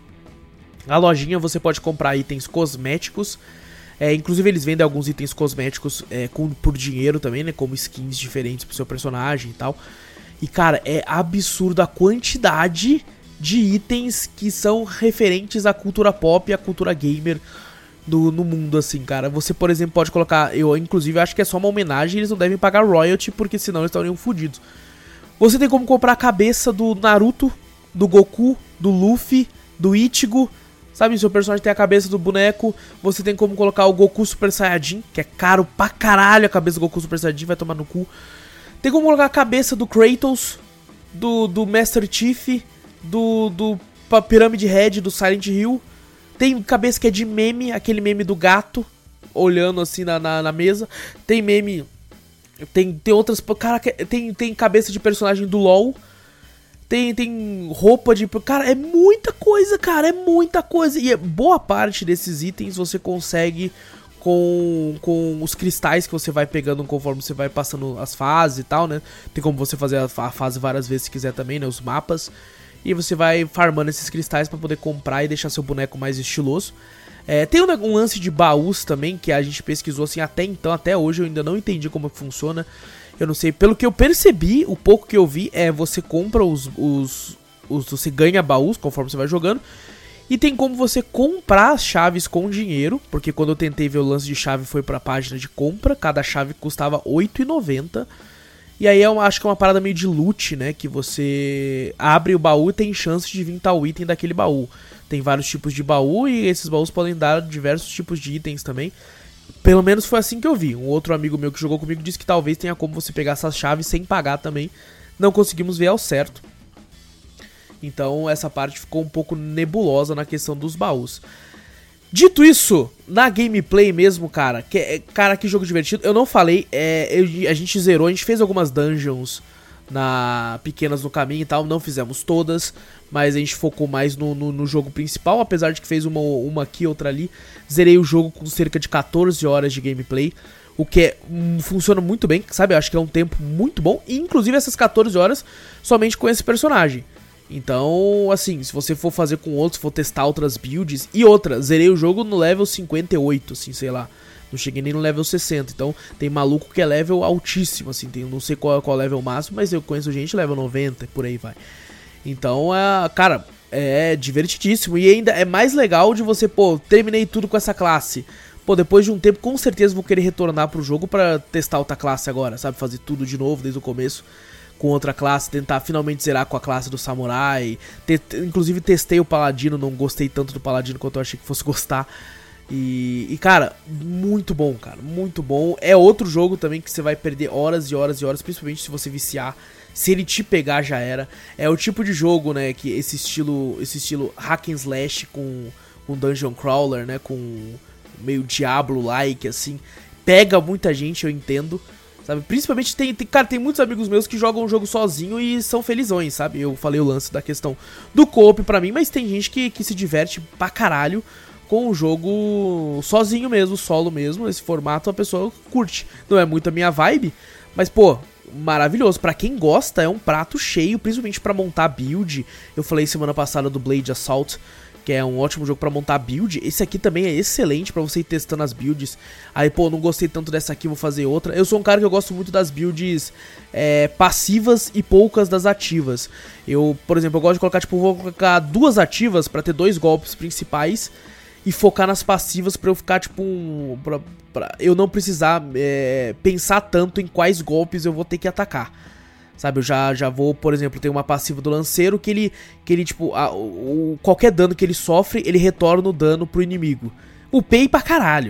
A lojinha você pode comprar itens cosméticos. Inclusive eles vendem alguns itens cosméticos por dinheiro também, né? Como skins diferentes pro seu personagem e tal. E, cara, é absurdo a quantidade de itens que são referentes à cultura pop e à cultura gamer no mundo, assim, cara. Você, por exemplo, pode colocar... Eu, inclusive, acho que é só uma homenagem. Eles não devem pagar royalty, porque senão eles estariam fodidos. Você tem como comprar a cabeça do Naruto, do Goku, do Luffy, do Ichigo... Sabe, seu personagem tem a cabeça do boneco, você tem como colocar o Goku Super Saiyajin, que é caro pra caralho a cabeça do Goku Super Saiyajin, vai tomar no cu. Tem como colocar a cabeça do Kratos, do Master Chief, do Pyramid Head, do Silent Hill. Tem cabeça que é de meme, aquele meme do gato, olhando assim na mesa. Tem meme, tem outras, cara, tem cabeça de personagem do LoL. Tem roupa de... Cara, é muita coisa, cara, é muita coisa. E boa parte desses itens você consegue com os cristais que você vai pegando conforme você vai passando as fases e tal, né? Tem como você fazer a fase várias vezes se quiser também, né? Os mapas. E você vai farmando esses cristais pra poder comprar e deixar seu boneco mais estiloso. Tem um lance de baús também, que a gente pesquisou assim até então, até hoje eu ainda não entendi como funciona. Eu não sei, pelo que eu percebi, o pouco que eu vi você compra você ganha baús conforme você vai jogando. E tem como você comprar as chaves com dinheiro, porque quando eu tentei ver o lance de chave foi pra página de compra, cada chave custava R$8,90. E aí eu acho que é uma parada meio de loot, né, que você abre o baú e tem chance de vir tal item daquele baú. Tem vários tipos de baú e esses baús podem dar diversos tipos de itens também. Pelo menos foi assim que eu vi. Um outro amigo meu que jogou comigo disse que talvez tenha como você pegar essas chaves sem pagar também. Não conseguimos ver ao certo. Então essa parte ficou um pouco nebulosa na questão dos baús. Dito isso, na gameplay mesmo, cara, que jogo divertido. Eu não falei, a gente zerou, a gente fez algumas dungeons pequenas no caminho e tal, não fizemos todas, mas a gente focou mais no jogo principal, apesar de que fez uma aqui, outra ali. Zerei o jogo com cerca de 14 horas de gameplay, o que funciona muito bem, sabe? Eu acho que é um tempo muito bom, e inclusive essas 14 horas somente com esse personagem. Então, assim, se você for fazer com outros, for testar outras builds. E outra, zerei o jogo no level 58, assim, sei lá. Não cheguei nem no level 60. Então, tem maluco que é level altíssimo, assim. Não sei qual é o level máximo, mas eu conheço gente level 90 e por aí vai. Então, cara, é divertidíssimo. E ainda é mais legal de você, terminei tudo com essa classe. Depois de um tempo, com certeza vou querer retornar pro jogo pra testar outra classe agora, sabe? Fazer tudo de novo, desde o começo. Com outra classe, tentar finalmente zerar com a classe do samurai. Inclusive testei o paladino, não gostei tanto do paladino quanto eu achei que fosse gostar. E cara, muito bom, cara, muito bom. É outro jogo também que você vai perder horas e horas e horas, principalmente se você viciar. Se ele te pegar, já era. É o tipo de jogo, né, que esse estilo hack and slash com dungeon crawler, né, com meio Diablo-like, assim. Pega muita gente, eu entendo. Sabe? Principalmente tem muitos amigos meus que jogam o jogo sozinho e são felizões, sabe? Eu falei o lance da questão do co-op pra mim, mas tem gente que se diverte pra caralho com o jogo sozinho mesmo, solo mesmo. Esse formato a pessoa curte. Não é muito a minha vibe, mas maravilhoso. Pra quem gosta, é um prato cheio, principalmente pra montar build. Eu falei semana passada do Blade Assault, que é um ótimo jogo pra montar build. Esse aqui também é excelente pra você ir testando as builds. Aí, não gostei tanto dessa aqui, vou fazer outra. Eu sou um cara que eu gosto muito das builds passivas e poucas das ativas. Eu, por exemplo, eu gosto de colocar, vou colocar 2 ativas pra ter 2 golpes principais e focar nas passivas pra eu ficar, pra eu não precisar pensar tanto em quais golpes eu vou ter que atacar. Sabe, eu já vou, por exemplo, tem uma passiva do lanceiro que ele qualquer dano que ele sofre, ele retorna o dano pro inimigo. Upei pra caralho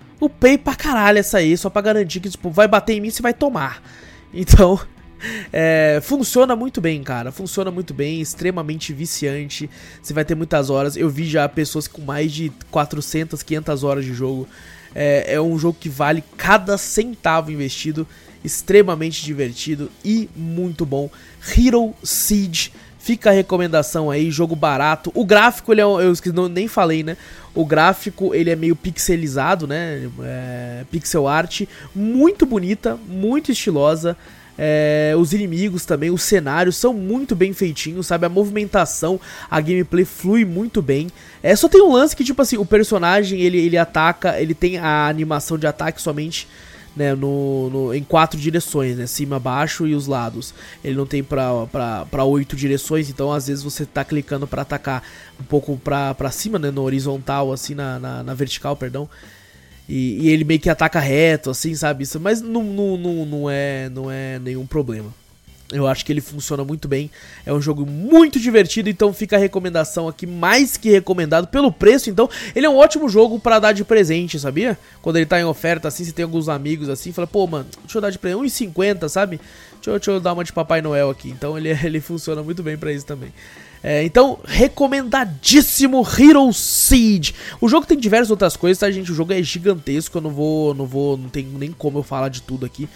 essa aí, só pra garantir que, vai bater em mim, você vai tomar. Então, funciona muito bem, cara, funciona muito bem, extremamente viciante, você vai ter muitas horas. Eu vi já pessoas com mais de 400, 500 horas de jogo. É um jogo que vale cada centavo investido. Extremamente divertido e muito bom. Hero Siege, fica a recomendação aí, jogo barato. O gráfico, eu nem falei, né? O gráfico, ele é meio pixelizado, né? Pixel art, muito bonita, muito estilosa. Os inimigos também, os cenários são muito bem feitinhos, sabe? A movimentação, a gameplay flui muito bem. Só tem um lance que, o personagem, ele ataca, ele tem a animação de ataque somente, né, em 4 direções, né, cima, baixo e os lados. Ele não tem pra 8 direções, então às vezes você tá clicando pra atacar um pouco pra cima, né, no horizontal, assim, na vertical, perdão. E ele meio que ataca reto, assim, sabe? Mas não é nenhum problema. Eu acho que ele funciona muito bem. É um jogo muito divertido, então fica a recomendação aqui, mais que recomendado pelo preço. Então, ele é um ótimo jogo pra dar de presente, sabia? Quando ele tá em oferta, assim, você tem alguns amigos assim, fala, mano, deixa eu dar de presente, 1,50, sabe? Deixa eu dar uma de Papai Noel aqui. Então, ele funciona muito bem pra isso também. Então, recomendadíssimo Hero Siege. O jogo tem diversas outras coisas, tá, gente? O jogo é gigantesco, eu não tem nem como eu falar de tudo aqui,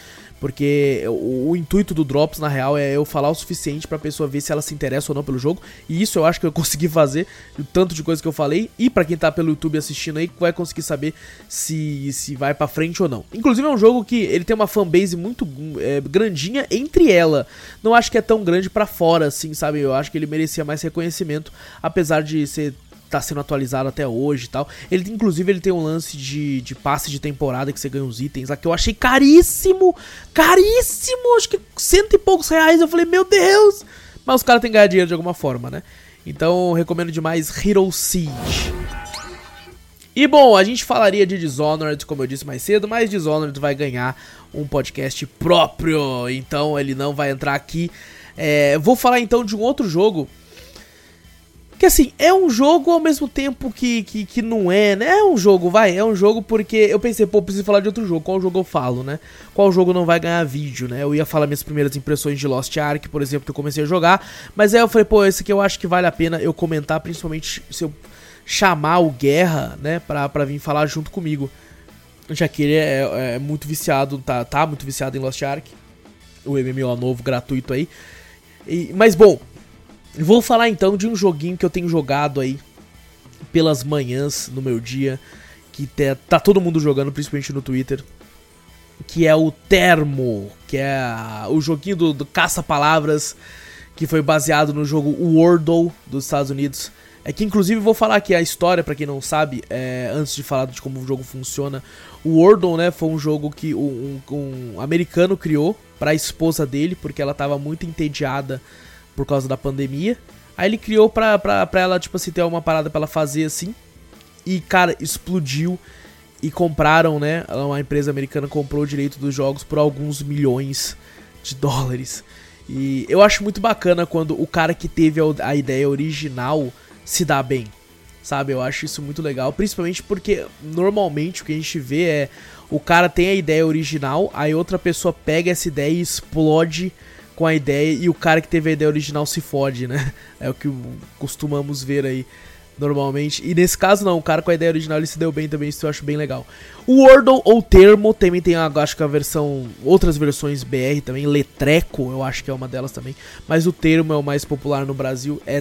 Porque o intuito do Drops, na real, é eu falar o suficiente pra pessoa ver se ela se interessa ou não pelo jogo. E isso eu acho que eu consegui fazer, o tanto de coisa que eu falei. E pra quem tá pelo YouTube assistindo aí, vai conseguir saber se vai pra frente ou não. Inclusive é um jogo que ele tem uma fanbase muito grandinha entre ela. Não acho que é tão grande pra fora, assim, sabe? Eu acho que ele merecia mais reconhecimento, apesar de tá sendo atualizado até hoje e tal. Inclusive, ele tem um lance de passe de temporada que você ganha uns itens lá, que eu achei caríssimo! Caríssimo! Acho que R$100 e poucos. Eu falei, meu Deus! Mas os caras têm que ganhar dinheiro de alguma forma, né? Então, recomendo demais Hero Siege. E bom, a gente falaria de Dishonored, como eu disse mais cedo, mas Dishonored vai ganhar um podcast próprio, então ele não vai entrar aqui. Vou falar então de um outro jogo, que assim, é um jogo ao mesmo tempo que não é, né? É um jogo porque eu pensei, preciso falar de outro jogo, qual jogo eu falo, né? Qual jogo não vai ganhar vídeo, né? Eu ia falar minhas primeiras impressões de Lost Ark, por exemplo, que eu comecei a jogar, mas aí eu falei, esse aqui eu acho que vale a pena eu comentar, principalmente se eu chamar o Guerra, né, pra vir falar junto comigo, já que ele é muito viciado, tá muito viciado em Lost Ark, o MMO novo, gratuito aí, mas bom, vou falar então de um joguinho que eu tenho jogado aí pelas manhãs no meu dia, que tá todo mundo jogando, principalmente no Twitter, que é o Termo, que é o joguinho do caça-palavras, que foi baseado no jogo Wordle dos Estados Unidos. Que inclusive vou falar aqui a história, pra quem não sabe, antes de falar de como o jogo funciona. O Wordle, né, foi um jogo que um americano criou pra esposa dele, porque ela tava muito entediada por causa da pandemia. Aí ele criou pra ela, tipo assim, ter uma parada pra ela fazer assim. E, cara, explodiu. E compraram, né, uma empresa americana comprou o direito dos jogos por alguns milhões de dólares. E eu acho muito bacana quando o cara que teve a ideia original se dá bem, sabe? Eu acho isso muito legal, principalmente porque normalmente o que a gente vê é o cara tem a ideia original, aí outra pessoa pega essa ideia e explode com a ideia e o cara que teve a ideia original se fode, né? É o que costumamos ver aí normalmente. E nesse caso não, o cara com a ideia original ele se deu bem também, isso eu acho bem legal. O Wordle ou Termo também tem, acho que a versão, outras versões BR também, Letreco eu acho que é uma delas também, mas o Termo é o mais popular no Brasil, é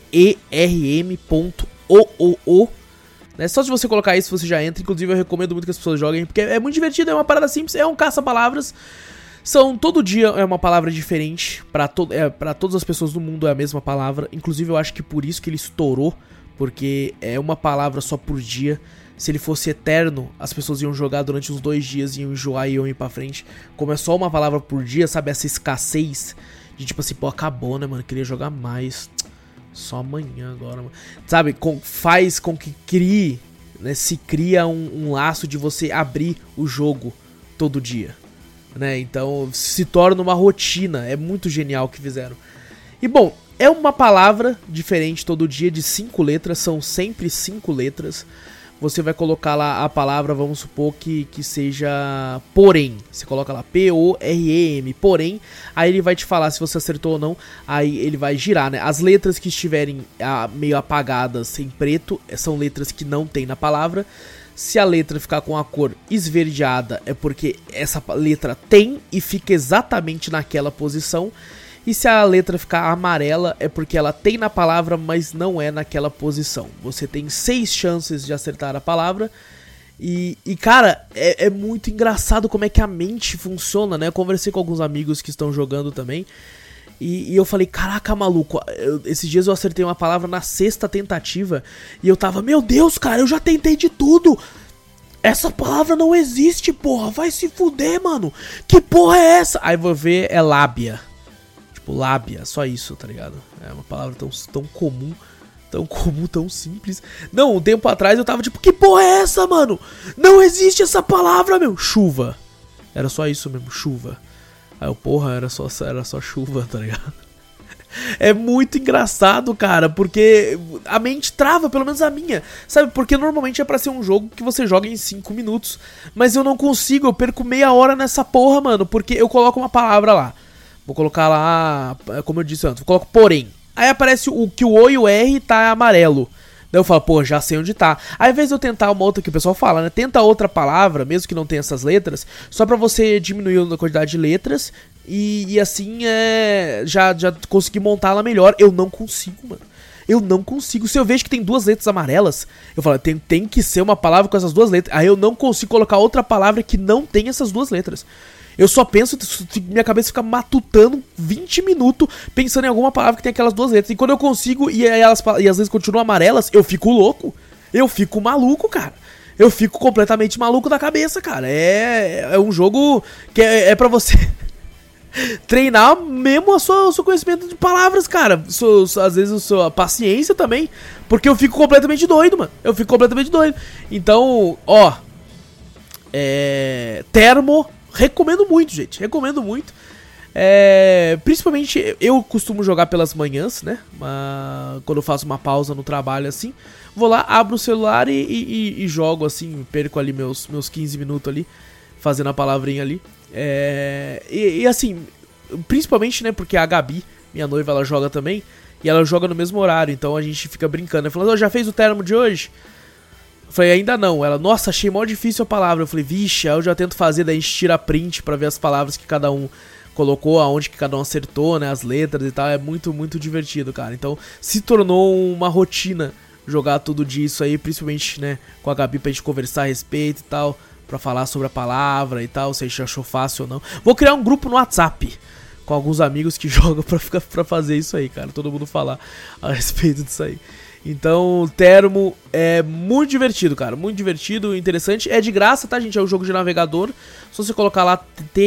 term.oo, né? Só se você colocar isso você já entra, inclusive eu recomendo muito que as pessoas joguem, porque é muito divertido, é uma parada simples, é um caça-palavras. Todo dia é uma palavra diferente, pra todas as pessoas do mundo é a mesma palavra, inclusive eu acho que por isso que ele estourou, porque é uma palavra só por dia. Se ele fosse eterno, as pessoas iam jogar durante uns 2 dias, iam enjoar e iam ir pra frente. Como é só uma palavra por dia, sabe, essa escassez de tipo assim, acabou, né, mano, queria jogar mais, só amanhã agora, mano. Sabe, faz com que crie, né, se cria um laço de você abrir o jogo todo dia, né, então se torna uma rotina, é muito genial o que fizeram. E bom, é uma palavra diferente todo dia, de 5 letras, são sempre 5 letras. Você vai colocar lá a palavra, vamos supor que seja porém. Você coloca lá P-O-R-E-M, porém. Aí ele vai te falar se você acertou ou não. Aí ele vai girar, né? As letras que estiverem meio apagadas em preto são letras que não tem na palavra. Se a letra ficar com a cor esverdeada é porque essa letra tem e fica exatamente naquela posição. E se a letra ficar amarela é porque ela tem na palavra, mas não é naquela posição. Você tem 6 chances de acertar a palavra. E cara, é muito engraçado como é que a mente funciona, né? Eu conversei com alguns amigos que estão jogando também. E eu falei, caraca, maluco, esses dias eu acertei uma palavra na 6ª tentativa. E eu tava, meu Deus, cara, eu já tentei de tudo. Essa palavra não existe, porra. Vai se fuder, mano. Que porra é essa? Aí vou ver, é lábia. Lábia, só isso, tá ligado? É uma palavra tão comum, tão simples. Não, um tempo atrás eu tava tipo, que porra é essa, mano? Não existe essa palavra, meu. Chuva. Era só isso mesmo, chuva. Aí eu, porra, era só chuva, tá ligado? É muito engraçado, cara, porque a mente trava, pelo menos a minha, sabe? Porque normalmente é pra ser um jogo que você joga em 5 minutos, mas eu não consigo, eu perco meia hora nessa porra, mano, porque eu coloco uma palavra lá. Vou colocar lá, como eu disse antes, eu coloco porém. Aí aparece que o O e o R tá amarelo. Daí eu falo, pô, já sei onde tá. Aí, ao invés de eu tentar uma outra que o pessoal fala, né? Tenta outra palavra, mesmo que não tenha essas letras, só pra você diminuir a quantidade de letras e assim já conseguir montá-la melhor. Eu não consigo, mano. Eu não consigo. Se eu vejo que tem 2 letras amarelas, eu falo, tem que ser uma palavra com essas 2 letras. Aí eu não consigo colocar outra palavra que não tem essas 2 letras. Eu só penso, minha cabeça fica matutando 20 minutos pensando em alguma palavra que tem aquelas 2 letras. E quando eu consigo e às vezes continuam amarelas, eu fico louco. Eu fico maluco, cara. Eu fico completamente maluco da cabeça, cara. É um jogo que é pra você treinar mesmo o seu conhecimento de palavras, cara. Às vezes a sua paciência também. Porque eu fico completamente doido, mano. Eu fico completamente doido. Então, ó. Termo. Recomendo muito, gente. Recomendo muito. Principalmente eu costumo jogar pelas manhãs, né? Quando eu faço uma pausa no trabalho assim. Vou lá, abro o celular e jogo assim. Perco ali meus 15 minutos ali. Fazendo a palavrinha ali. E assim, principalmente, né? Porque a Gabi, minha noiva, ela joga também. E ela joga no mesmo horário. Então a gente fica brincando. Ela falou, já fez o termo de hoje? Eu falei, ainda não. Ela, nossa, achei mó difícil a palavra. Eu falei, vixe, aí eu já tento fazer, daí a gente tira print pra ver as palavras que cada um colocou, aonde que cada um acertou, né, as letras e tal. É muito, muito divertido, cara. Então, se tornou uma rotina jogar tudo disso aí, principalmente, né, com a Gabi pra gente conversar a respeito e tal, pra falar sobre a palavra e tal, se a gente achou fácil ou não. Vou criar um grupo no WhatsApp com alguns amigos que jogam pra fazer isso aí, cara. Todo mundo falar a respeito disso aí. Então, o termo é muito divertido, cara. Muito divertido, interessante. É de graça, tá, gente? É um jogo de navegador. Só você colocar lá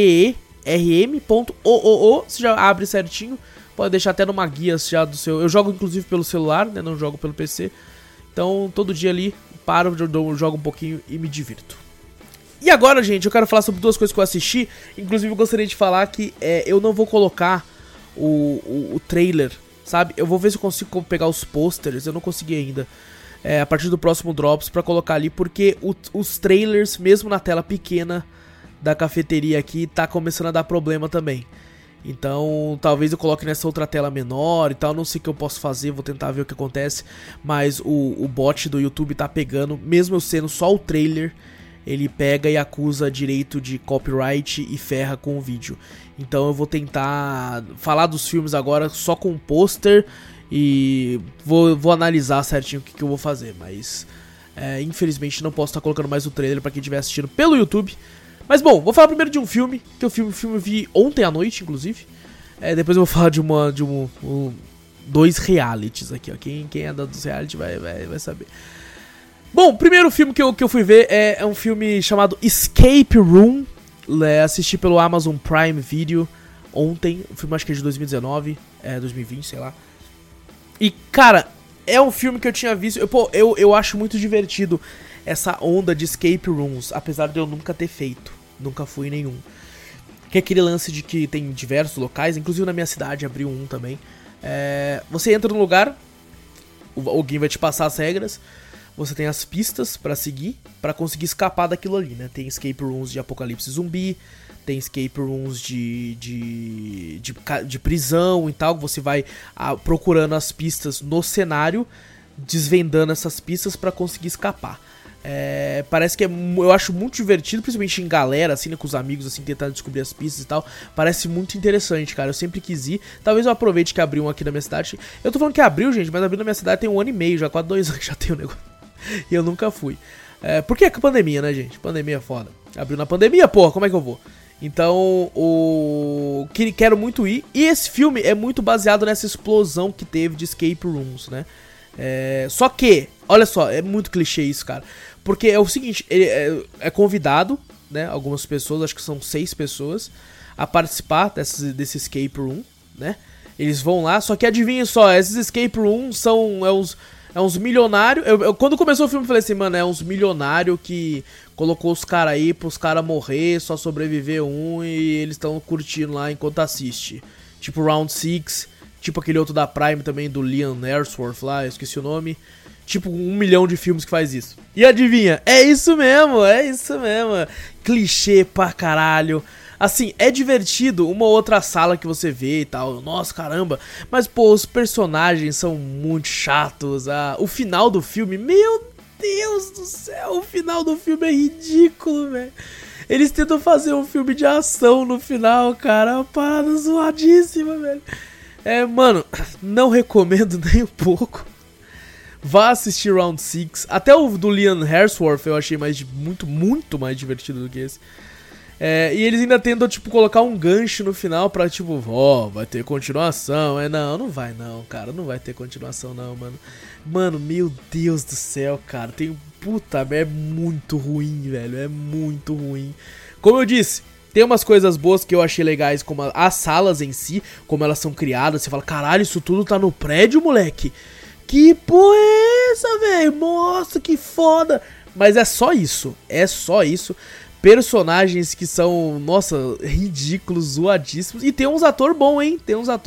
term.oo, você já abre certinho. Pode deixar até numa guia já do seu... Eu jogo, inclusive, pelo celular, né? Não jogo pelo PC. Então, todo dia ali, paro, jogo um pouquinho e me divirto. E agora, gente, eu quero falar sobre 2 coisas que eu assisti. Inclusive, eu gostaria de falar que eu não vou colocar o trailer, sabe? Eu vou ver se eu consigo pegar os posters. Eu não consegui ainda. A partir do próximo Drops pra colocar ali. Porque os trailers, mesmo na tela pequena da cafeteria aqui, tá começando a dar problema também. Então, talvez eu coloque nessa outra tela menor e tal. Não sei o que eu posso fazer, vou tentar ver o que acontece. Mas o bot do YouTube tá pegando. Mesmo eu sendo só o trailer, ele pega e acusa direito de copyright e ferra com o vídeo. Então eu vou tentar falar dos filmes agora só com o pôster e vou analisar certinho o que eu vou fazer. Mas infelizmente não posso estar colocando mais o trailer para quem estiver assistindo pelo YouTube. Mas bom, vou falar primeiro de um filme, que o filme eu vi ontem à noite, inclusive. Depois eu vou falar de 2 realities aqui, ó. Quem é dos reality vai saber. Bom, o primeiro filme que eu fui ver é um filme chamado Escape Room. Assisti pelo Amazon Prime Video ontem. O filme acho que é de 2019, 2020, sei lá. E, cara, é um filme que eu tinha visto. Eu acho muito divertido essa onda de escape rooms, apesar de eu nunca ter feito. Nunca fui em nenhum. Que é aquele lance de que tem diversos locais, inclusive na minha cidade abriu um também. Você entra num lugar, alguém vai te passar as regras. Você tem as pistas pra seguir, pra conseguir escapar daquilo ali, né? Tem escape rooms de apocalipse zumbi, tem escape rooms de prisão e tal. Você vai procurando as pistas no cenário, desvendando essas pistas pra conseguir escapar. Parece que eu acho muito divertido, principalmente em galera, assim, né, com os amigos, assim, tentando descobrir as pistas e tal. Parece muito interessante, cara. Eu sempre quis ir. Talvez eu aproveite que abriu um aqui na minha cidade. Eu tô falando que abriu, gente, mas abriu na minha cidade tem 1 ano e meio, já quase 2 anos que já tem o negócio. E eu nunca fui. Porque é pandemia, né, gente? Pandemia é foda. Abriu na pandemia, porra, como é que eu vou? Então, quero muito ir. E esse filme é muito baseado nessa explosão que teve de escape rooms, né? Só que, olha só, é muito clichê isso, cara. Porque é o seguinte, ele é convidado, né? Algumas pessoas, acho que são 6 pessoas, a participar desse escape room, né? Eles vão lá, só que adivinha só, esses escape rooms são uns milionários. Quando começou o filme eu falei assim, mano, é uns milionários que colocou os caras aí pros caras morrer, só sobreviver um e eles estão curtindo lá enquanto assiste. Tipo Round 6, tipo aquele outro da Prime também, do Liam Hemsworth lá, eu esqueci o nome. Tipo 1 milhão de filmes que faz isso. E adivinha, é isso mesmo. Clichê pra caralho. Assim, é divertido uma outra sala que você vê e tal, nossa, caramba. Mas, pô, os personagens são muito chatos. O final do filme, meu Deus do céu, o final do filme é ridículo, velho. Eles tentam fazer um filme de ação no final, cara, é uma parada zoadíssima, velho. Mano, não recomendo nem um pouco. Vá assistir Round 6. Até o do Liam Hemsworth eu achei muito mais divertido do que esse. E eles ainda tentam, tipo, colocar um gancho no final pra, tipo, vai ter continuação. Não vai não, cara, não vai ter continuação não, mano. Mano, meu Deus do céu, cara, puta, é muito ruim, velho, é muito ruim. Como eu disse, tem umas coisas boas que eu achei legais, como as salas em si, como elas são criadas. Você fala, caralho, isso tudo tá no prédio, moleque? Que porra é essa, velho? Nossa, que foda. Mas é só isso. Personagens que são, nossa, ridículos, zoadíssimos. E tem uns ator bom, hein?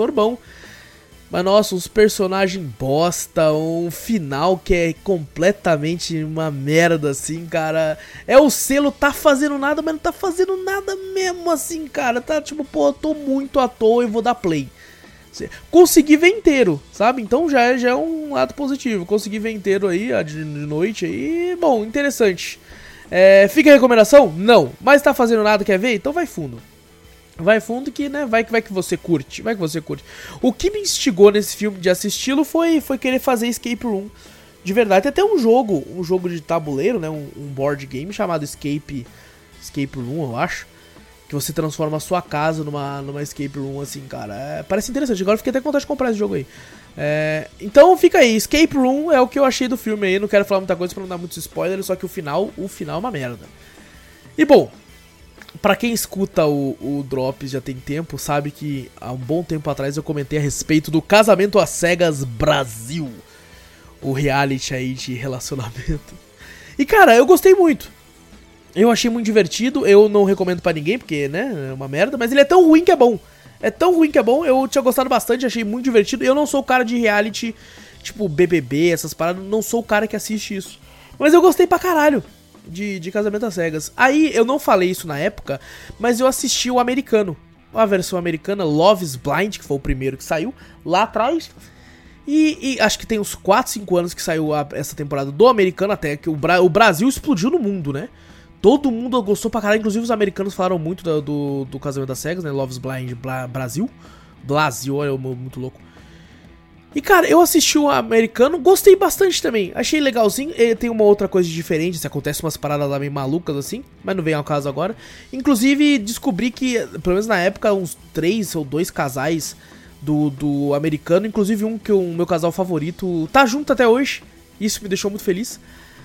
Mas, nossa, uns personagens bosta. Um final que é completamente uma merda, assim, cara. O selo tá fazendo nada, mas não tá fazendo nada mesmo, assim, cara. Tá tipo, pô, eu tô muito à toa e vou dar play. Consegui ver inteiro, sabe? Então já é um lado positivo. Consegui ver inteiro aí, de noite aí. Bom, interessante. Fica a recomendação? Não. Mas tá fazendo nada, quer ver? Então vai fundo. Vai fundo que, né, vai que você curte. O que me instigou nesse filme de assisti-lo foi querer fazer escape room. De verdade, tem até um jogo de tabuleiro, né? Um board game chamado Escape Room, eu acho. Que você transforma a sua casa numa escape room, assim, cara. Parece interessante. Agora eu fiquei até com vontade de comprar esse jogo aí. Então fica aí. Escape Room é o que eu achei do filme aí. Não quero falar muita coisa pra não dar muitos spoilers. Só que o final é uma merda. E bom, pra quem escuta o Drops já tem tempo, sabe que há um bom tempo atrás eu comentei a respeito do Casamento às Cegas Brasil. O reality aí de relacionamento. E cara, eu gostei muito. Eu achei muito divertido, eu não recomendo pra ninguém, porque, né, é uma merda, mas ele é tão ruim que é bom. Eu tinha gostado bastante, achei muito divertido. Eu não sou o cara de reality, tipo BBB, essas paradas, não sou o cara que assiste isso. Mas eu gostei pra caralho de Casamento às Cegas. Aí, eu não falei isso na época, mas eu assisti o americano. A versão americana, Love is Blind, que foi o primeiro que saiu, lá atrás. E acho que tem uns 4, 5 anos que saiu essa temporada do americano, até que o Brasil explodiu no mundo, né? Todo mundo gostou pra caralho, inclusive os americanos falaram muito do Casamento das Cegas, né? Love's Blind Brasil, olha, eu muito louco. E cara, eu assisti o americano, gostei bastante também, achei legalzinho. Tem uma outra coisa diferente, se acontece umas paradas lá meio malucas assim, mas não vem ao caso agora. Inclusive descobri que, pelo menos na época, uns 3 ou 2 casais do americano, inclusive que o meu casal favorito tá junto até hoje. Isso me deixou muito feliz.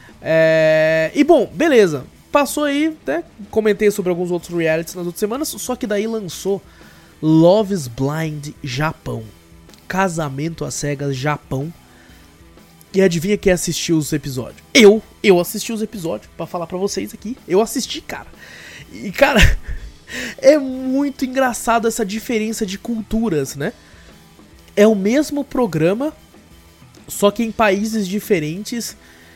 E bom, beleza. Passou aí, né? Comentei sobre alguns outros realities nas outras semanas. Só que daí lançou Love is Blind Japão. Casamento às Cegas Japão. E adivinha quem assistiu os episódios? Eu assisti os episódios, pra falar pra vocês aqui. Eu assisti, cara. E, cara, é muito engraçado essa diferença de culturas, né? É o mesmo programa, só que em países diferentes.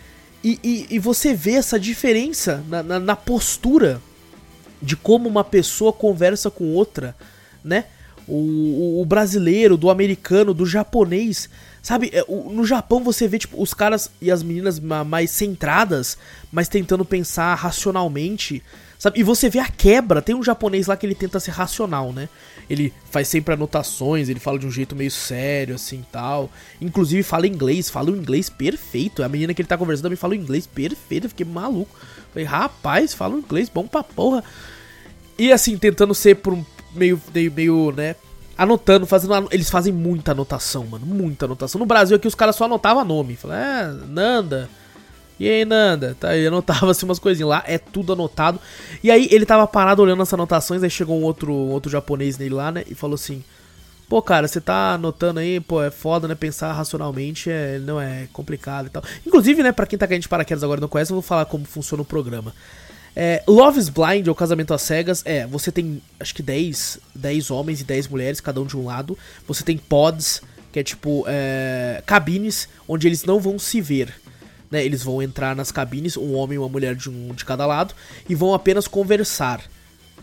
E você vê essa diferença na postura de como uma pessoa conversa com outra, né? O brasileiro, do americano, do japonês, sabe? No Japão você vê tipo os caras e as meninas mais centradas, mas tentando pensar racionalmente, sabe? E você vê a quebra. Tem um japonês lá que ele tenta ser racional, né? Ele faz sempre anotações, ele fala de um jeito meio sério, assim, tal. Inclusive fala um inglês perfeito. A menina que ele tá conversando também fala um inglês perfeito. Eu fiquei maluco. Falei, rapaz, fala um inglês bom pra porra. E assim, tentando ser por um meio, né, anotando, eles fazem muita anotação, mano, muita anotação. No Brasil aqui os caras só anotavam nome. Fala, Nanda... E aí, Nanda? Tá, ele anotava assim umas coisinhas lá, é tudo anotado. E aí ele tava parado olhando as anotações, aí chegou um outro japonês nele lá, né? E falou assim: pô, cara, você tá anotando aí, pô, é foda, né? Pensar racionalmente não é complicado e tal. Inclusive, né, pra quem tá caindo de paraquedas agora e não conhece, eu vou falar como funciona o programa. Love is Blind, ou Casamento às Cegas, você tem, acho que 10 homens e 10 mulheres, cada um de um lado. Você tem pods, que é tipo, cabines, onde eles não vão se ver. Né, eles vão entrar nas cabines, um homem e uma mulher de cada lado, e vão apenas conversar.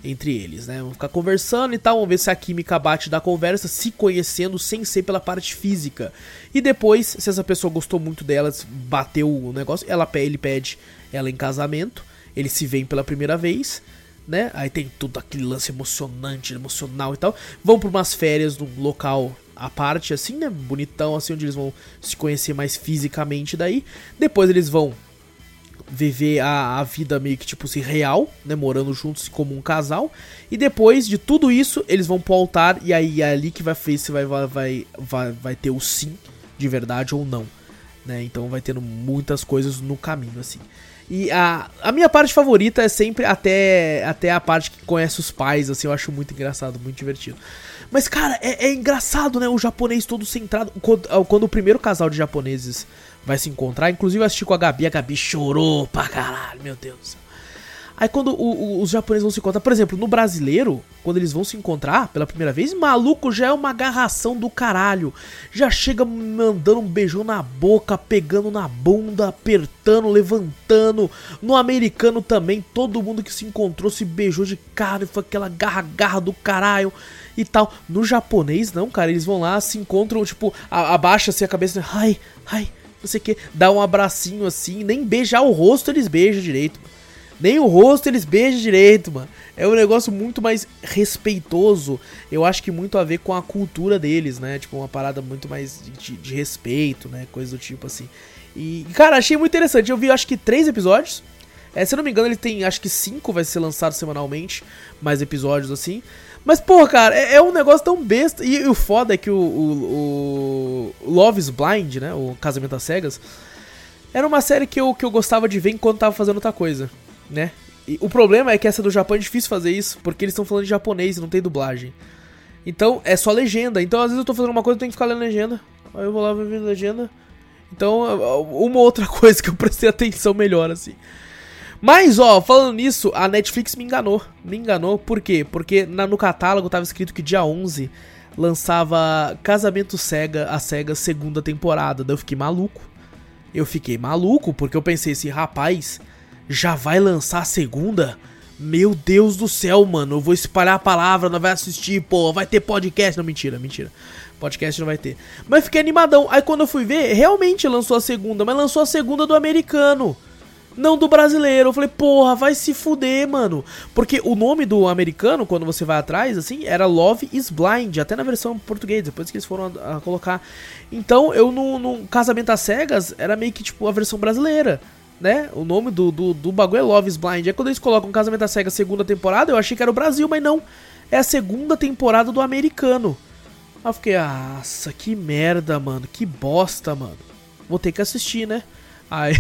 entre eles, né? Vão ficar conversando e tal, vamos ver se a química bate da conversa, se conhecendo sem ser pela parte física. E depois, se essa pessoa gostou muito dela, bateu o negócio, ele pede ela em casamento, eles se veem pela primeira vez, né? Aí tem tudo aquele lance emocional e tal. Vão pra umas férias num local à parte, assim, né? Bonitão, assim, onde eles vão se conhecer mais fisicamente daí. Depois eles vão viver a vida meio que tipo assim, real, né, morando juntos como um casal, e depois de tudo isso, eles vão pro altar, e aí é ali que vai ver se vai ter o sim, de verdade ou não, né, então vai tendo muitas coisas no caminho, assim. E a minha parte favorita é sempre até a parte que conhece os pais, assim, eu acho muito engraçado, muito divertido. Mas, cara, é engraçado, né, o japonês todo centrado, quando o primeiro casal de japoneses vai se encontrar, inclusive eu assisti com a Gabi chorou pra caralho, meu Deus do céu. Aí quando os japoneses vão se encontrar, por exemplo, no brasileiro, quando eles vão se encontrar pela primeira vez, maluco, já é uma agarração do caralho. Já chega mandando um beijão na boca, pegando na bunda, apertando, levantando. No americano também, todo mundo que se encontrou se beijou de cara, e foi aquela garra do caralho e tal. No japonês não, cara, eles vão lá, se encontram, tipo, abaixa assim a cabeça, ai, não sei o que, dá um abracinho assim, nem beijar o rosto eles beijam direito, mano. Nem o rosto eles beijam direito, mano. É um negócio muito mais respeitoso. Eu acho que muito a ver com a cultura deles, né? Tipo, uma parada muito mais de respeito, né? Coisa do tipo assim. E, cara, achei muito interessante. Eu vi, acho que 3 episódios. Se eu não me engano, ele tem, acho que 5 vai ser lançado semanalmente. Mais episódios assim. Mas, porra, cara, é um negócio tão besta. E o foda é que o Love is Blind, né? O Casamento às Cegas. Era uma série que eu gostava de ver enquanto tava fazendo outra coisa, né? E o problema é que essa do Japão é difícil fazer isso, porque eles estão falando de japonês e não tem dublagem. Então é só legenda. Então às vezes eu tô fazendo uma coisa e tenho que ficar lendo legenda. Aí eu vou lá ver legenda. Então uma outra coisa que eu prestei atenção melhor, assim. Mas, ó, falando nisso, a Netflix me enganou. Me enganou, por quê? Porque no catálogo tava escrito que dia 11 lançava Casamento às Cegas segunda temporada. Daí eu fiquei maluco. Porque eu pensei assim, rapaz, já vai lançar a segunda? Meu Deus do céu, mano, eu vou espalhar a palavra, não vai assistir, pô, vai ter podcast. Não, mentira. Podcast não vai ter. Mas fiquei animadão. Aí quando eu fui ver, realmente lançou a segunda, mas lançou a segunda do americano, não do brasileiro. Eu falei, porra, vai se fuder, mano. Porque o nome do americano, quando você vai atrás, assim, era Love is Blind. Até na versão portuguesa, depois que eles foram a colocar. Então, eu no Casamento às Cegas, era meio que, tipo, a versão brasileira, né? O nome do bagulho é Love is Blind. Aí quando eles colocam Casamento às Cegas segunda temporada, eu achei que era o Brasil, mas não. É a segunda temporada do americano. Aí eu fiquei, nossa, que merda, mano. Que bosta, mano. Vou ter que assistir, né? Aí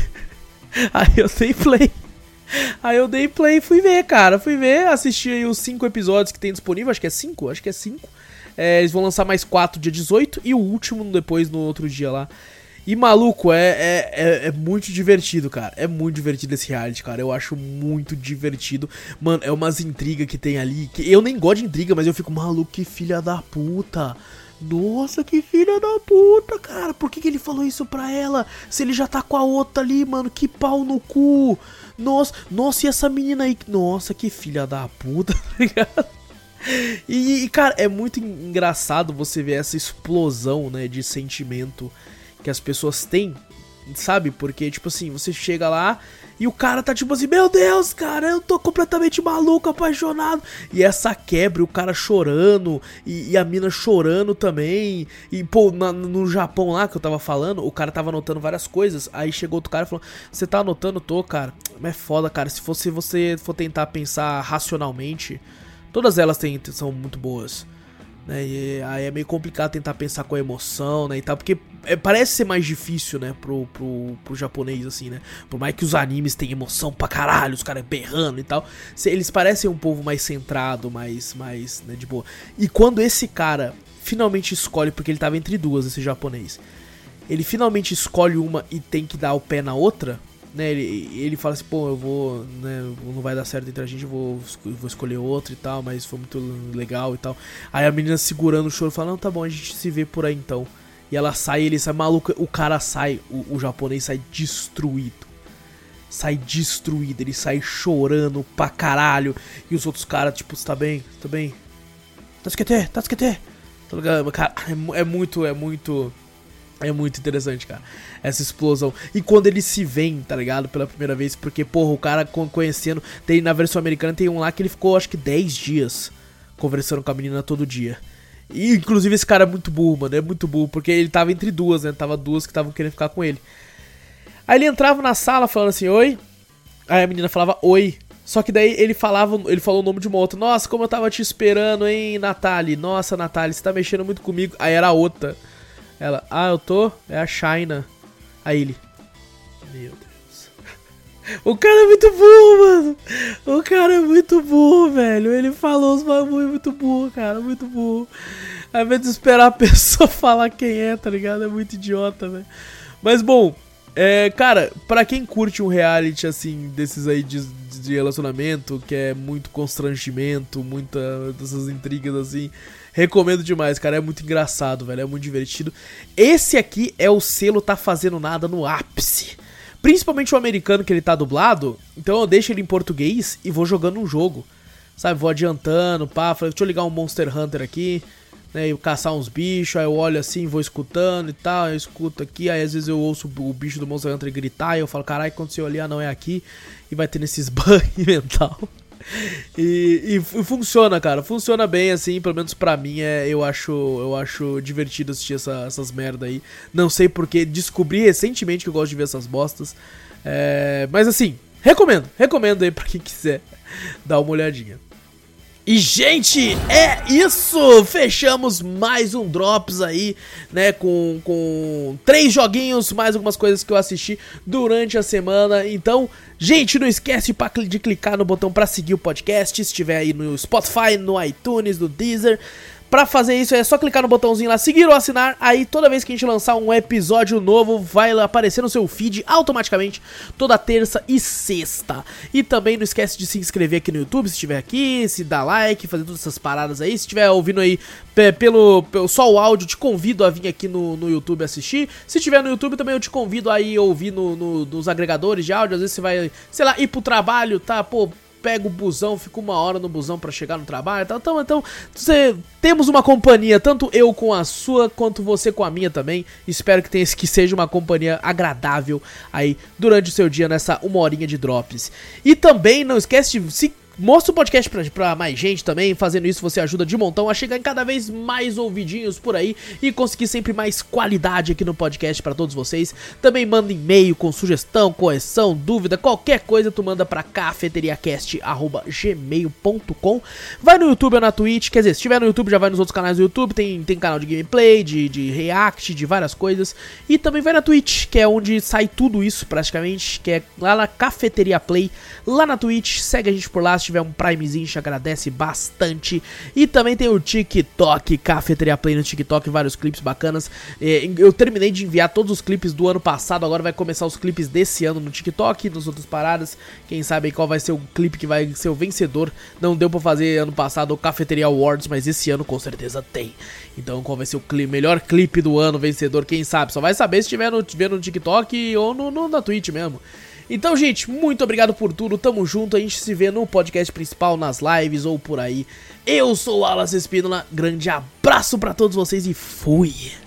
eu dei play e fui ver, cara. Assisti aí os 5 episódios que tem disponível. Acho que é 5. Eles vão lançar mais 4 dia 18 e o último depois no outro dia lá. E maluco, é muito divertido, cara. É muito divertido esse reality, cara. Eu acho muito divertido. Mano, é umas intrigas que tem ali. Que eu nem gosto de intriga, mas eu fico, maluco, que filha da puta. Nossa, que filha da puta, cara. Por que ele falou isso pra ela? Se ele já tá com a outra ali, mano. Que pau no cu. Nossa, e essa menina aí? Nossa, que filha da puta, tá ligado? E, cara, é muito engraçado você ver essa explosão, né, de sentimento que as pessoas têm, sabe? Porque, tipo assim, você chega lá e o cara tá tipo assim, meu Deus, cara, eu tô completamente maluco, apaixonado. E essa quebra, o cara chorando e a mina chorando também. E, pô, no Japão lá que eu tava falando, o cara tava anotando várias coisas. Aí chegou outro cara e falou, você tá anotando? Tô, cara. Mas é foda, cara, se você for tentar pensar racionalmente, todas elas são muito boas, né? E aí é meio complicado tentar pensar com a emoção, né, e tal, porque parece ser mais difícil, né, pro japonês, assim, né, por mais que os animes tenham emoção pra caralho, os caras berrando e tal, eles parecem um povo mais centrado, mais, né, de boa. E quando esse cara finalmente escolhe, porque ele tava entre duas, esse japonês, ele finalmente escolhe uma e tem que dar o pé na outra, né, ele fala assim, pô, eu vou, né, não vai dar certo entre a gente, eu vou escolher outro e tal, mas foi muito legal e tal. Aí a menina segurando o choro fala, não, tá bom, a gente se vê por aí então. E ela sai, ele sai maluco, o cara sai, o japonês sai destruído. sai destruído, ele sai chorando pra caralho. E os outros caras, tipo, você tá bem? Tá bem? Tá esquetê. Tá ligado? Cara, é muito interessante, cara, essa explosão. E quando eles se veem, tá ligado? Pela primeira vez, porque, porra, o cara conhecendo, tem na versão americana, tem um lá que ele ficou, acho que 10 dias conversando com a menina todo dia. E, inclusive, esse cara é muito burro, mano, é muito burro, porque ele tava entre duas, né? Tava duas que estavam querendo ficar com ele. Aí ele entrava na sala falando assim, oi. Aí a menina falava, oi. Só que daí ele falou o nome de uma outra. Nossa, como eu tava te esperando, hein, Nathalie. Nossa, Nathalie, você tá mexendo muito comigo. Aí era a outra. Ela, eu tô? É a China. Aí ele, meu Deus. O cara é muito burro, mano. O cara é muito burro, velho. Ele falou os bagulho muito burro, cara. Muito burro. Ao invés de esperar a pessoa falar quem é, tá ligado? É muito idiota, velho. Mas bom, cara, pra quem curte um reality assim, desses aí de relacionamento, que é muito constrangimento, muita dessas intrigas assim, recomendo demais, cara, é muito engraçado, velho, é muito divertido. Esse aqui é o selo Tá Fazendo Nada no ápice. Principalmente o americano, que ele tá dublado, então eu deixo ele em português e vou jogando um jogo, sabe, vou adiantando, pá, falei, deixa eu ligar um Monster Hunter aqui, né, eu caçar uns bichos, aí eu olho assim, vou escutando e tal, eu escuto aqui, aí às vezes eu ouço o bicho do Monster Hunter gritar e eu falo, caralho, quando você olhar não é aqui, e vai ter nesses bugs mental. E funciona, cara, funciona bem assim, pelo menos pra mim, eu acho divertido assistir essas merda aí. Não sei porque, descobri recentemente que eu gosto de ver essas bostas, mas assim, recomendo aí pra quem quiser dar uma olhadinha. E, gente, é isso! Fechamos mais um Drops aí, né, com 3 joguinhos, mais algumas coisas que eu assisti durante a semana. Então, gente, não esquece de clicar no botão pra seguir o podcast, se estiver aí no Spotify, no iTunes, no Deezer. Pra fazer isso é só clicar no botãozinho lá, seguir ou assinar, aí toda vez que a gente lançar um episódio novo vai aparecer no seu feed automaticamente toda terça e sexta. E também não esquece de se inscrever aqui no YouTube se estiver aqui, se dar like, fazer todas essas paradas aí. Se estiver ouvindo aí pelo só o áudio, te convido a vir aqui no YouTube assistir. Se estiver no YouTube também eu te convido a ir ouvir nos agregadores de áudio, às vezes você vai, sei lá, ir pro trabalho, tá, pô, pega o busão, fica 1 hora no busão pra chegar no trabalho e tal. Então temos uma companhia, tanto eu com a sua, quanto você com a minha também. Espero que seja uma companhia agradável aí durante o seu dia nessa 1 horinha de Drops. E também não esquece de mostra o podcast pra mais gente também. Fazendo isso você ajuda de montão a chegar em cada vez mais ouvidinhos por aí e conseguir sempre mais qualidade aqui no podcast pra todos vocês. Também manda e-mail com sugestão, correção, dúvida, qualquer coisa tu manda pra cafeteriacast@gmail.com. Vai no YouTube ou na Twitch, quer dizer, se tiver no YouTube já vai nos outros canais do YouTube. Tem canal de gameplay, de react, de várias coisas. E também vai na Twitch, que é onde sai tudo isso praticamente, que é lá na Cafeteria Play, lá na Twitch. Segue a gente por lá. Se tiver um Primezinho, te agradece bastante. E também tem o TikTok, Cafeteria Play no TikTok, vários clipes bacanas. Eu terminei de enviar todos os clipes do ano passado, agora vai começar os clipes desse ano no TikTok, nos outros paradas. Quem sabe aí qual vai ser o clipe que vai ser o vencedor. Não deu pra fazer ano passado o Cafeteria Awards, mas esse ano com certeza tem. Então qual vai ser o melhor clipe do ano vencedor, quem sabe? Só vai saber se estiver vendo no TikTok ou na Twitch mesmo. Então, gente, muito obrigado por tudo, tamo junto, a gente se vê no podcast principal, nas lives ou por aí. Eu sou o Wallace Espínola, grande abraço pra todos vocês e fui!